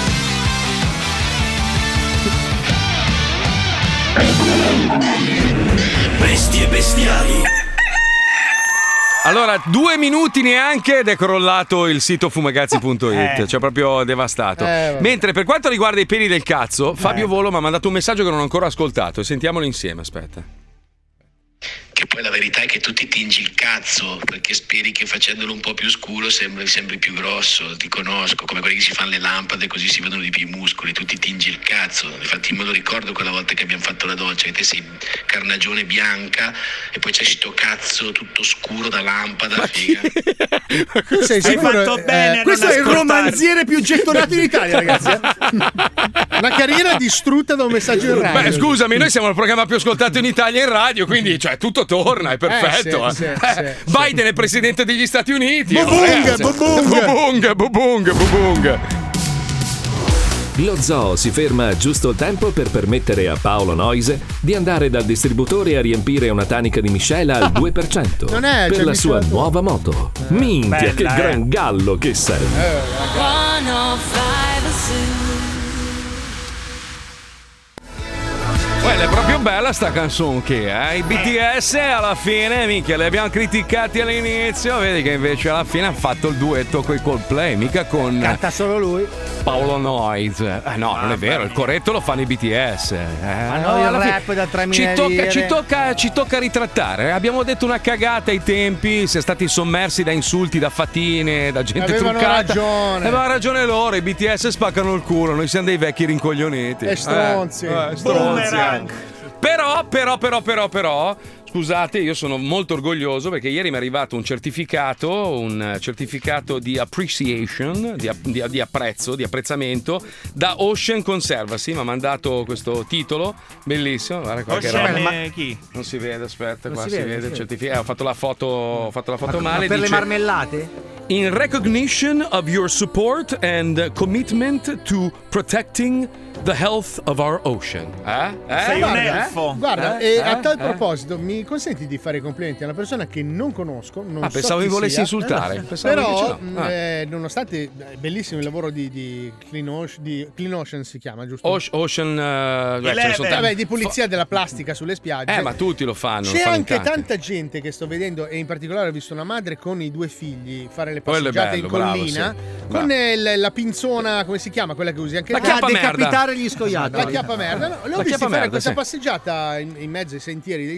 Bestie bestiali. Allora, due minuti neanche ed è crollato il sito fumagazzi punto it, Eh. cioè proprio devastato. Eh, vabbè. Mentre per quanto riguarda i peli del cazzo, Fabio Volo mi ha mandato un messaggio che non ho ancora ascoltato e sentiamolo insieme, aspetta. Che poi la verità è che tu ti tingi il cazzo perché speri che facendolo un po' più scuro sembri, sembri più grosso. Ti conosco, come quelli che si fanno le lampade così si vedono di più i muscoli. Tu ti tingi il cazzo. Infatti me lo ricordo quella volta che abbiamo fatto la doccia, che te sei carnagione bianca e poi c'è sto cazzo tutto scuro da lampada. Figa. Tu sei Hai sicuro? fatto bene a non questo è il ascoltarmi. romanziere più gettonato in Italia, ragazzi. eh. Una carriera distrutta da un messaggio in radio. Beh, scusami, noi siamo il programma più ascoltato in Italia in radio, quindi cioè tutto torna, è perfetto. Eh, sì, eh. sì, Eh, sì, Biden è presidente degli Stati Uniti. Bubung, ragazzi. bubung. bubung, bubung, bubung. Lo zoo si ferma giusto il tempo per permettere a Paolo Noise di andare dal distributore a riempire una tanica di miscela al due per cento Non è, per c'è la il sua miscelatore. nuova moto. Minchia, bella, che eh. gran gallo che sei! Quella è proprio bella sta canzone che eh? I B T S alla fine, mica li abbiamo criticati all'inizio, vedi che invece alla fine ha fatto il duetto con i Coldplay, mica con Canta solo lui. Paolo Noise. Eh, no, non è vero, il corretto lo fanno i B T S. Eh, Ma no, no, il alla fine- rap da tremila ci tocca, lire. ci, tocca, ci tocca ritrattare. Abbiamo detto una cagata ai tempi, si è stati sommersi da insulti, da fatine, da gente Avevano truccata. ragione. Avevano ragione loro, i B T S spaccano il culo, noi siamo dei vecchi rincoglioniti. E stronzi. Eh, eh, stronzi. Boomerang. Però, però, però, però, però, scusate, io sono molto orgoglioso perché ieri mi è arrivato un certificato, un certificato di appreciation, di, di, di apprezzo, di apprezzamento da Ocean Conservancy. Mi ha mandato questo titolo, bellissimo. Guarda qua che Ocean roba. è chi? Non si vede, aspetta, Non qua si si, vede, vede si il vede. certificato. Eh, ho fatto la foto, ho fatto la foto Ma male. per le dice, marmellate? In recognition of your support and commitment to protecting the health of our ocean. Eh? Eh? Sei un Guarda, elfo. Guarda, Eh? e Eh? a tal Eh? proposito, mi consenti di fare i complimenti a una persona che non conosco. Non Ah, so pensavo chi mi volessi sia. insultare. Eh, no. Pensavo Però, invece no. mh, Ah. eh, nonostante eh, bellissimo il lavoro di, di, Clean Ocean, di Clean Ocean si chiama, giusto? Oce- Ocean, eh, beh, ce ne sono tanti. Vabbè, di pulizia della plastica sulle spiagge. Eh, ma tutti lo fanno. lo C'è fanno in anche tanti. tanta gente che sto vedendo, e in particolare ho visto una madre con i due figli fare le Quello è passeggiate bello, in bravo, collina sì. con Bravo. eh, la, la pinzona, come si chiama? Quella che usi anche La tu. chiappa Ah, merda. decapitare gli scoiattoli. La chiappa merda. No, l'ho La visto chiappa fare merda, questa sì. passeggiata in, in mezzo ai sentieri di, di collina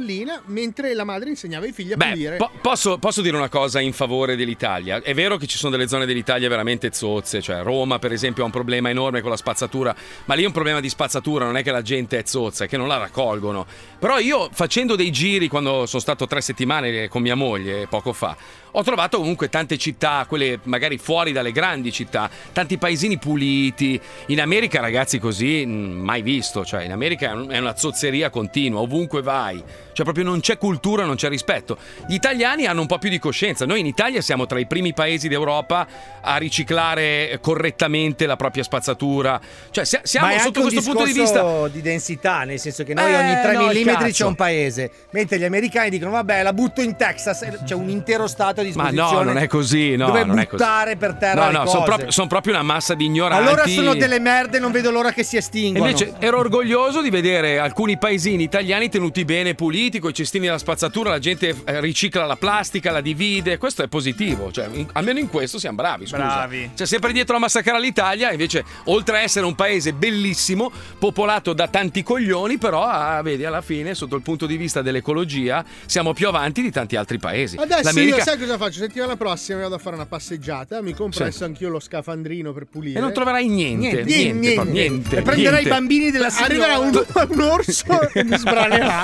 collina mentre la madre insegnava ai figli a Beh, pulire. po- posso, posso dire una cosa in favore dell'Italia? È vero che ci sono delle zone dell'Italia veramente zozze, cioè Roma per esempio ha un problema enorme con la spazzatura, ma lì è un problema di spazzatura, non è che la gente è zozza, è che non la raccolgono. Però io facendo dei giri quando sono stato tre settimane con mia moglie poco fa, ho trovato comunque tante città, quelle magari fuori dalle grandi città, tanti paesini puliti. In America ragazzi così mh, mai visto, cioè in America è una zozzeria continua, ovunque vai. Cioè proprio non c'è cultura, non c'è rispetto. Gli italiani hanno un po' più di coscienza. Noi in Italia siamo tra i primi paesi d'Europa a riciclare correttamente la propria spazzatura. Cioè si- siamo Ma è sotto anche questo un punto di vista discorso di densità, nel senso che noi Eh, ogni tre no, millimetri cazzo. c'è un paese, mentre gli americani dicono vabbè la butto in Texas, c'è un intero stato a Ma disposizione. no, non è così, no, dove non è così. buttare per terra No, le no, cose. sono proprio, son proprio una massa di ignoranti. Allora sono delle merde, non vedo l'ora che si estinguano. Invece ero orgoglioso di vedere alcuni paesini italiani tenuti bene, puliti, con i cestini della spazzatura, la gente eh, ricicla la plastica, la divide, questo è positivo, cioè in- almeno in questo siamo bravi, scusa. Bravi. Cioè sempre dietro a massacrare l'Italia, invece oltre a essere un paese bellissimo, popolato da tanti coglioni, però ah, vedi alla fine sotto il punto di vista dell'ecologia siamo più avanti di tanti altri paesi. Adesso L'America... io sai cosa faccio? Settimana prossima vado a fare una passeggiata, mi compro Sì. adesso anch'io lo scafandrino per pulire. E non troverai niente, niente, niente, proprio niente, E prenderai niente. i bambini della signora. Arriverà un, un orso e mi sbranerà.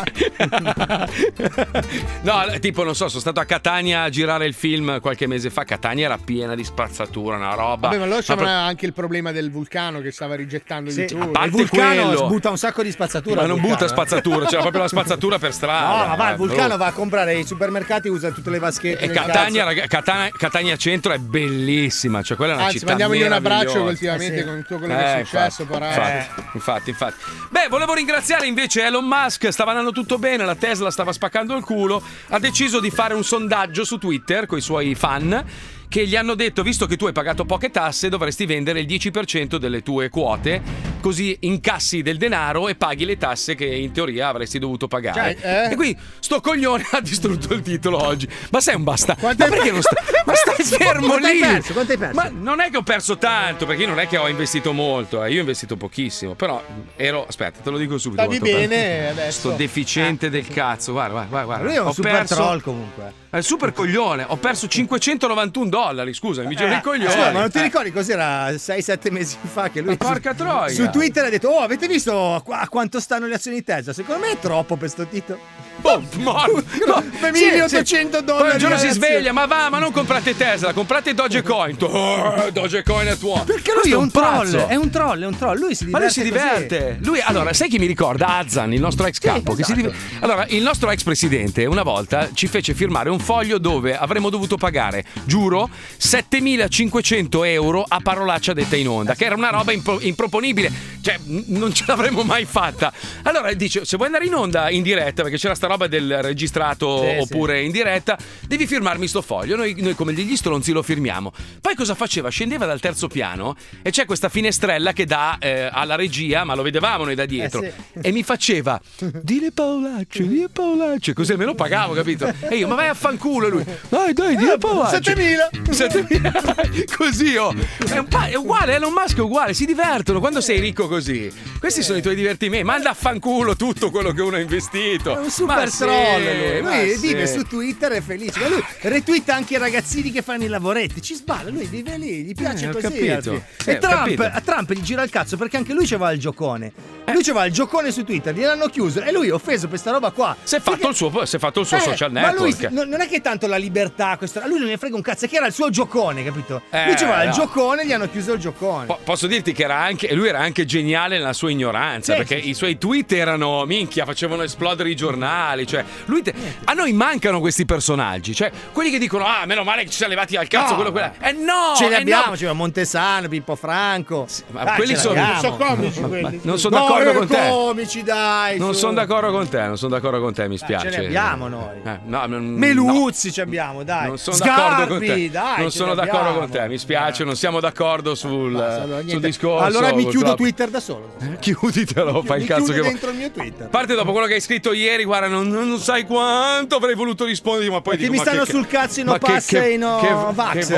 No, tipo, non so, sono stato a Catania a girare il film qualche mese fa. Catania era piena di spazzatura, una roba. Vabbè, ma allora c'era Ma pro- anche il problema del vulcano che stava rigettando Sì, di tutto. a parte il vulcano quello. butta un sacco di spazzatura. Ma il non vulcano, butta eh. spazzatura, c'era proprio la spazzatura per strada. No, ma va, Eh, il vulcano brutto. va a comprare ai supermercati, usa tutte le vaschette. E del Catania, cazzo. raga- Catania, Catania Centro è bellissima, cioè quella è una Anzi, città mandiamogli un abbraccio che meravigliosa. ultimamente Eh sì. con tutto quello che Eh, è successo, infatti, poraccio. infatti, infatti, infatti. Beh, volevo ringraziare invece Elon Musk, stava andando tutto bene, la Tesla stava spaccando il culo, ha deciso di fare un sondaggio su Twitter con i suoi fan che gli hanno detto, visto che tu hai pagato poche tasse, dovresti vendere il dieci per cento delle tue quote, così incassi del denaro e paghi le tasse che in teoria avresti dovuto pagare. Cioè, eh? E quindi sto coglione ha distrutto il titolo oggi. Ma sei un bastardo? Ma hai perché non stai? Ma stai fermo Quanto hai lì! perso? Quanto hai perso? Ma non è che ho perso tanto, perché io non è che ho investito molto, eh. Io ho investito pochissimo, però ero, aspetta, te lo dico subito. Stavi quanto ho perso. bene adesso. Sto deficiente del cazzo, guarda, guarda, guarda. guarda. Lui è un Ho super perso- troll comunque. È il super coglione, ho perso cinquecentonovantuno dollari, scusa, mi giro Eh, i coglioni. scusa, ma non ti Eh. ricordi cos'era sei sette mesi fa che lui Ma porca su, troia. su Twitter ha detto "Oh, avete visto a qua- a quanto stanno le azioni di Tesla?" Secondo me è troppo per sto titolo. Boh, morto. No, milleottocento dollari Poi un giorno si di sveglia, azione. ma va, ma non comprate Tesla, comprate Dogecoin. Oh, Dogecoin è tuo. Perché lui Questo è un troll, pazzo. è un troll, è un troll, lui si Ma diverte lui si così. diverte. Lui, allora, sai chi mi ricorda? Azan, il nostro ex capo. che si esatto. div- Allora, il nostro ex presidente una volta ci fece firmare un foglio dove avremmo dovuto pagare, giuro, settemilacinquecento euro a parolaccia detta in onda, che era una roba impro- improponibile. Cioè, n- non ce l'avremmo mai fatta. Allora dice: se vuoi andare in onda in diretta, perché c'era sta roba del registrato Sì, oppure in diretta, devi firmarmi sto foglio. Noi, noi come degli stronzi lo firmiamo. Poi cosa faceva? Scendeva dal terzo piano e c'è questa finestrella che dà eh, alla regia, ma lo vedevamo noi da dietro. Eh, E mi faceva: dire Paolaccio, dire Paolaccio, così almeno pagavo, capito? E io, ma vai a fanculo. E lui: dai, dai, dire Paolaccio. settemila. settemila. Così, oh. È, un pa- è uguale, Elon Musk è uguale, si divertono quando sei ricco così. Questi sono i tuoi divertimenti. Manda a fanculo tutto quello che uno ha investito. È un super Ma sì, troll lui, ma lui sì. vive su Twitter è felice, ma lui retweeta anche i ragazzini che fanno i lavoretti, ci sballa, lui vive lì, gli piace Eh, ho così. capito. alla fine. Eh, E ho Trump, capito. a Trump gli gira il cazzo perché anche lui c'aveva il giocone. Lui c'aveva il giocone su Twitter, gliel'hanno chiuso e lui è offeso per sta roba qua. Si è fatto, il suo, si è fatto il suo Eh, social ma lui network. non non è che tanto la libertà, questo, a lui non ne frega un cazzo, è che era il suo giocone, capito? Eh, lui c'aveva il no. giocone, gli hanno chiuso il giocone. Po- Posso dirti che era anche, lui era anche geniale nella sua ignoranza, Sì, perché sì, i suoi tweet erano minchia, facevano esplodere i giornali. Cioè, lui te- a noi mancano questi personaggi, cioè quelli che dicono: ah, meno male che ci siamo levati al cazzo, No, quello, quella. Eh no! Ce li eh abbiamo, no. c'era Montesano, Pippo Franco. Ma Dai, quelli ce sono, l'abbiamo. Sono comici quelli. non sono No, d'accordo eh, con te. comici, dai. Non su. sono d'accordo con te, non sono d'accordo con te, mi spiace. Ce ne abbiamo noi. Eh, no, non- Meluzzi ci abbiamo, dai. Non sono d'accordo con te. Sgarbi, dai, non ce sono ne d'accordo abbiamo. con te, mi spiace, non siamo d'accordo sul, Basta, allora, sul niente. discorso. Allora mi chiudo purtroppo. Twitter da solo. Chiuditelo, fai mi il cazzo chiudo che vuoi. dentro il mio Twitter. A parte dopo quello che hai scritto ieri, guarda, non, non sai quanto avrei voluto rispondere, ma poi Perché dico, mi ma stanno che- sul cazzo i ma no che- pass che- e i no che- vax. che vuoi?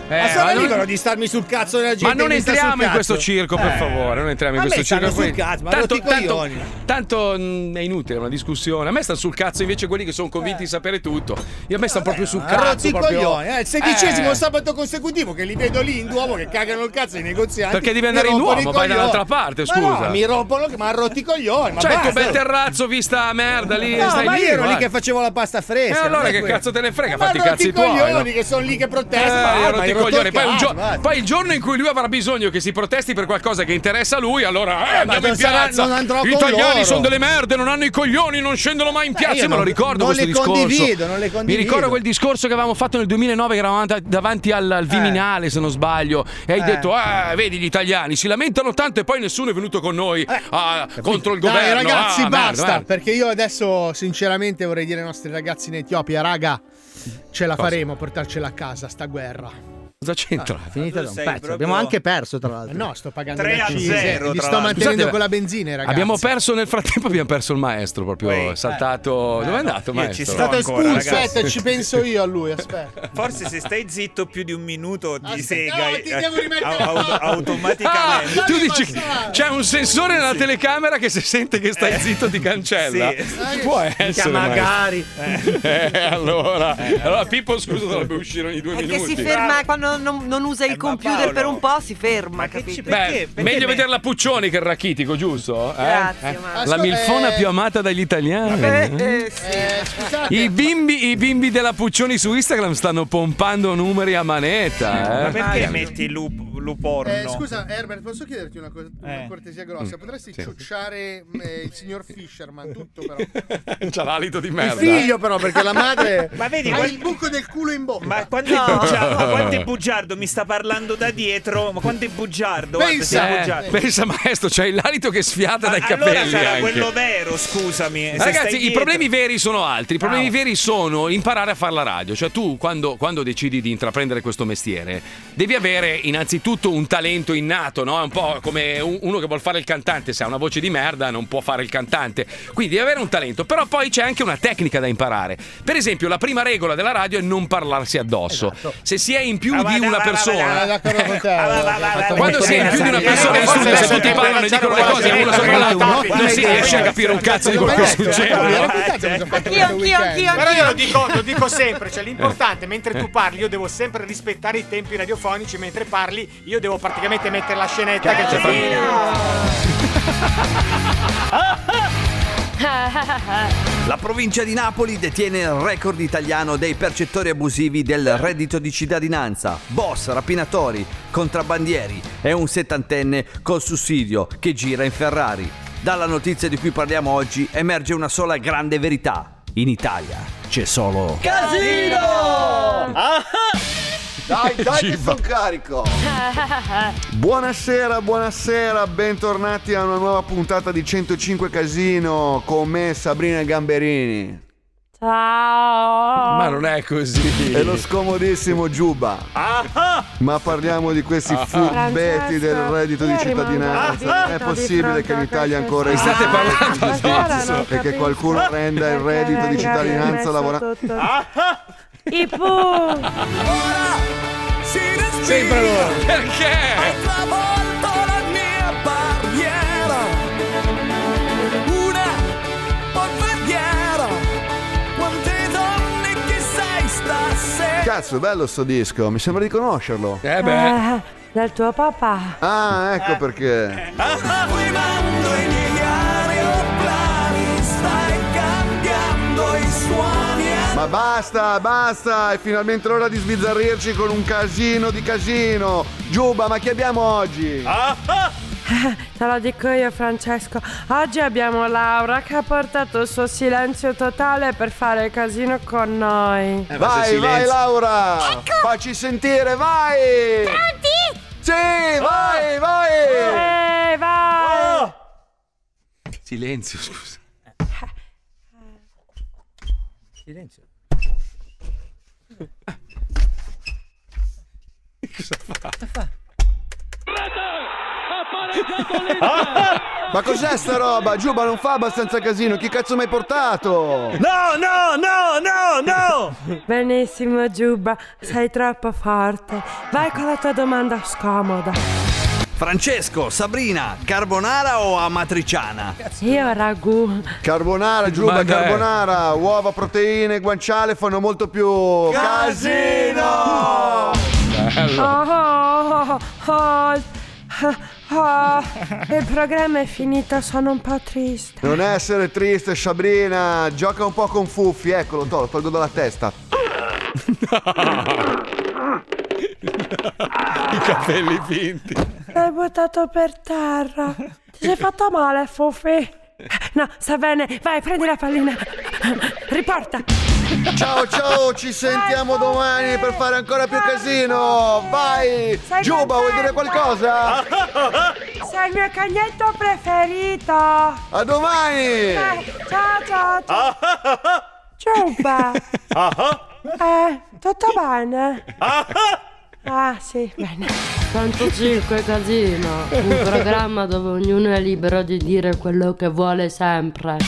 Eh, ma sono ma non- libero di starmi sul cazzo della gente. Ma non che mi sta sul entriamo in cazzo. questo circo, per Eh. favore. Non entriamo in A me questo circo. stanno sul Poi- cazzo, ma tanto, rotti i tanto, coglioni. tanto mh, è inutile, è una discussione. A me stanno sul cazzo invece quelli che sono convinti di sapere tutto. Io a me stanno proprio sul Ha cazzo. rotto i proprio- coglioni. È il sedicesimo Eh. sabato consecutivo che li vedo lì in Duomo che cagano il cazzo ai negozianti. Perché devi mi andare in rompono i Duomo, vai coglioni. dall'altra parte, Ma scusa. no, mi rompono, ma ha rotto i coglioni. Ma Cioè, il tuo basta. bel terrazzo, vista merda lì. No, stai ma lì, io ero lì guarda. che facevo la pasta fresca. E allora non è che quello. cazzo te ne frega? Ma Fatti i rotti cazzi i tuoi. coglioni no? che sono lì che Eh, protestano. io ma rotti hai i rotto coglioni. il Poi, un cazzo, gio- basta. poi il giorno in cui lui avrà bisogno che si protesti per qualcosa che interessa a lui, allora eh, ma andiamo non in sarà- piazza. non andrò Gli con italiani loro. sono delle merde, non hanno i coglioni, non scendono mai in piazza. io Io me lo non- ricordo non questo le discorso. condivido, non le Mi condivido. ricordo quel discorso che avevamo fatto nel duemilanove, che eravamo davanti- davanti al, al Viminale, se non sbaglio, e hai Eh. detto: ah, vedi, gli italiani si lamentano tanto e poi nessuno è venuto con noi ah, contro il Dai, governo. ragazzi, Ah, merda, basta. merda. Perché io adesso, sinceramente, vorrei dire ai nostri ragazzi in Etiopia, raga, ce la Cosa? faremo a portarcela a casa, sta guerra. Cosa c'entra? Finita da Tu un sei pezzo. proprio- Abbiamo anche perso, tra l'altro. No, sto pagando tre le a accise, zero, li tra sto l'altro. mantenendo Scusate, con la benzina, ragazzi. Abbiamo perso nel frattempo, abbiamo perso il maestro proprio Poi, è saltato. Dove è andato, io ci maestro? sto È stato ancora, espulso. ragazzi. Aspetta, ci penso io a lui, aspetta. Forse se stai zitto più di un minuto ti Aspetta, sega no, ti devo rimettere au- au- a automaticamente. Ah, tu dici c'è un sensore nella telecamera che se sente che stai zitto ti cancella. sì. Può essere. magari. maestro. Eh, allora, allora Pippo scusa dovrebbe uscire ogni due È che minuti. si ferma quando non, non usa il computer Paolo, per un po', si ferma, capito? Beh, meglio vedere la Puccioni che il Rachitico, giusto? Eh? Grazie, Eh? ma- La milfona Eh. più amata dagli italiani. Eh, eh, sì. Eh, scusate. I bimbi, I bimbi della Puccioni su Instagram stanno pompando numeri a manetta. Ma Eh? perché metti lu, lu porno? Eh, scusa, Herbert, posso chiederti una, co- una Eh. cortesia grossa? Potresti Sì. ciucciare eh, il signor Fisherman, tutto però. C'ha l'alito di Il merda. figlio, però, perché la madre. Ma vedi, Hai qual- il buco del culo in bocca. ma quanto è, bugiardo, ma quanto è bugiardo? Mi sta parlando da dietro. Ma quanto è bugiardo? Guarda, Pensa, sei Eh, bugiardo. pensa maestro, c'hai l'alito che sfiata dai Ma allora capelli sarà anche. quello vero, scusami. Se Ragazzi, stai i dietro- problemi veri sono altri. I problemi Ah. veri sono imparare a fare la radio. Cioè, tu quando, quando decidi di intraprendere questo mestiere, devi avere innanzitutto un talento innato, no? È un po' come un- uno che vuol fare il cantante. Se ha una voce di merda, non può fare il cantante. Quindi devi avere un talento. Però poi c'è anche una tecnica da imparare. Per esempio, la prima regola della radio è non parlarsi addosso. Se si è in più Ah, di va, una va, va, persona. va, Ah, d'accordo con te. va, va, va, va, Quando va, si è in va, più di una va, persona va, in va, studio, va, se va, tutti va, parlano e dicono le cose uno sopra l'altro, non si riesce a capire un cazzo di quello che succede. Anch'io, anch'io, anch'io, Però io lo anch'io. dico, lo dico sempre, cioè l'importante mentre tu parli io devo sempre rispettare i tempi radiofonici, mentre parli io devo praticamente mettere la scenetta che c'è La provincia di Napoli detiene il record italiano dei percettori abusivi del reddito di cittadinanza. Boss, rapinatori, contrabbandieri e un settantenne col sussidio che gira in Ferrari. Dalla notizia di cui parliamo oggi emerge una sola grande verità. In Italia c'è solo Casino! Dai, dai che Ciba. sono carico. Buonasera, buonasera, bentornati a una nuova puntata di centocinque Casino con me Sabrina Gamberini Ciao! Ma non è così. e lo scomodissimo Giuba. Ma parliamo di questi Ah. furbetti del Francesco, reddito di io cittadinanza. rimango Non è zitta di possibile fronte che in a Italia queste ancora Mi state esista parlando Ancora di non e che capisco qualcuno prenda il perché reddito di venga cittadinanza rimesso lavorando. tutto. I pu! Sempre loro. Perché? Travolto la mia barriera, una polveriera, quante donne che sei stasera. Cazzo, bello sto disco, mi sembra di conoscerlo. Eh beh. Eh, del tuo papà. Ah, ecco perché. Guidando i miei aeroplani, stai cambiando i suoni. Ma basta, basta, è finalmente l'ora di sbizzarrirci con un casino di casino. Giuba, ma chi abbiamo oggi? Te lo dico io, Francesco. Oggi abbiamo Laura che ha portato il suo silenzio totale per fare casino con noi. Eh, vai, vai Laura! Ecco. Facci sentire, vai! Pronti? Sì, vai, vai! Ehi, vai! Silenzio, scusa. Silenzio. Cosa fa? Ha pareggiato l'Inter! Ma cos'è sta roba? Giuba non fa abbastanza casino, chi cazzo mi hai portato? No, no, no, no, no! Benissimo, Giuba, sei troppo forte. Vai con la tua domanda scomoda. Francesco, Sabrina, carbonara o amatriciana? Io ragù. Carbonara, Giuba, Ma dai. carbonara. Uova, proteine, guanciale fanno molto più casino! Oh, oh, oh, oh, il programma è finito, sono un po' triste. Non essere triste, Sabrina. Gioca un po' con Fuffi, eccolo, to- lo tolgo dalla testa. I capelli finti. L'hai buttato per terra. Ti sei fatto male, Fuffi? No, sta bene. Vai, prendi la pallina. Riporta. Ciao ciao, ci sentiamo domani per fare ancora più casino. Vai! Sei Giuba, vuoi dire contenta? qualcosa? Sei il mio cagnetto preferito. A domani! Eh, ciao, ciao, ciao. Giuba. Eh, tutto bene? Ah, sì, bene. centocinque Casino, un programma dove ognuno è libero di dire quello che vuole sempre.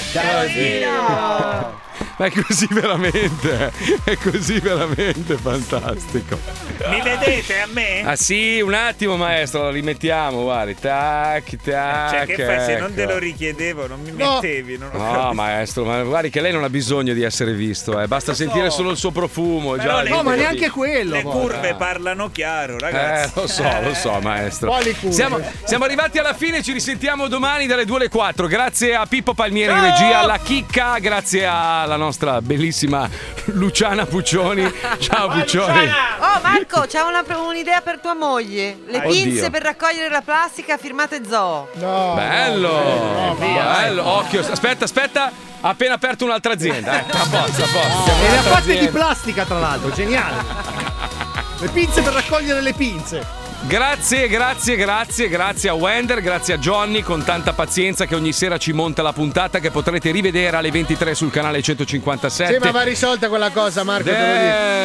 Casino! Ma è così veramente, è così veramente fantastico. Mi vedete a me? Ah sì, un attimo maestro, lo rimettiamo, guardi, tac, tac. Cioè, che fai? Se non te ecco. lo richiedevo, non mi No. mettevi. Non ho No, capito. maestro, ma guardi che lei non ha bisogno di essere visto, eh. Basta sentire solo il suo profumo. Però Già le- lì No, ma ti neanche capisci. quello. Le poi. curve parlano chiaro, ragazzi. Eh, lo so, lo so, maestro. Quali curve? Siamo, siamo arrivati alla fine, ci risentiamo domani dalle due alle quattro. Grazie a Pippo Palmieri in regia, alla Chicca, grazie alla nostra bellissima Luciana Puccioni. Ciao Puccioni. Oh Marco, c'è una, un'idea per tua moglie. Le Oddio. pinze per raccogliere la plastica firmate Zoo. No. Bello, bello, occhio, aspetta, aspetta, ha appena aperto un'altra azienda, eh. A posto, a posto. Siamo E le ha un'altra fatte di azienda. plastica, tra l'altro, geniale. Le pinze per raccogliere le pinze. Grazie, grazie, grazie, grazie a Wender, grazie a Johnny con tanta pazienza che ogni sera ci monta la puntata che potrete rivedere alle ventitré sul canale centocinquantasette. Sì, ma va risolta quella cosa, Marco, te lo dico.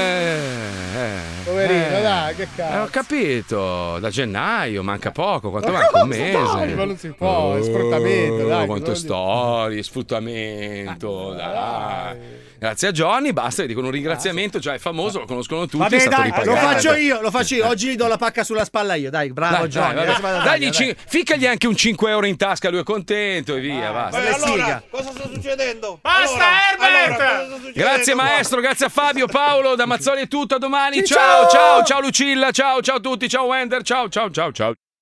Eh, Poverino, eh. dai, che Eh, cazzo. ho capito, da gennaio manca poco, quanto Ma manca? Un cosa mese. dai, ma non si può, è sfruttamento, Oh, dai, quante cosa vuol storie, sfruttamento, dai. Grazie a Johnny, basta, gli dicono un ringraziamento, già è famoso, lo conoscono tutti, è Vabbè, stato dai, lo ripagato. faccio io, lo faccio io. Oggi gli do la pacca sulla spalla io. Dai, bravo Dai, Johnny. dai, adesso vabbè. vado a Dagli dargli, cin- ficcagli anche un cinque euro in tasca, lui è contento e via, basta. Ma allora, cosa sta succedendo? Basta, Allora, Herbert! allora, cosa sta succedendo Grazie qua? maestro, grazie a Fabio, Paolo, da Mazzoli è tutto, a domani, Sì, ciao, ciao! ciao, ciao Lucilla, ciao, ciao a tutti, ciao Wender, ciao, ciao, ciao, ciao.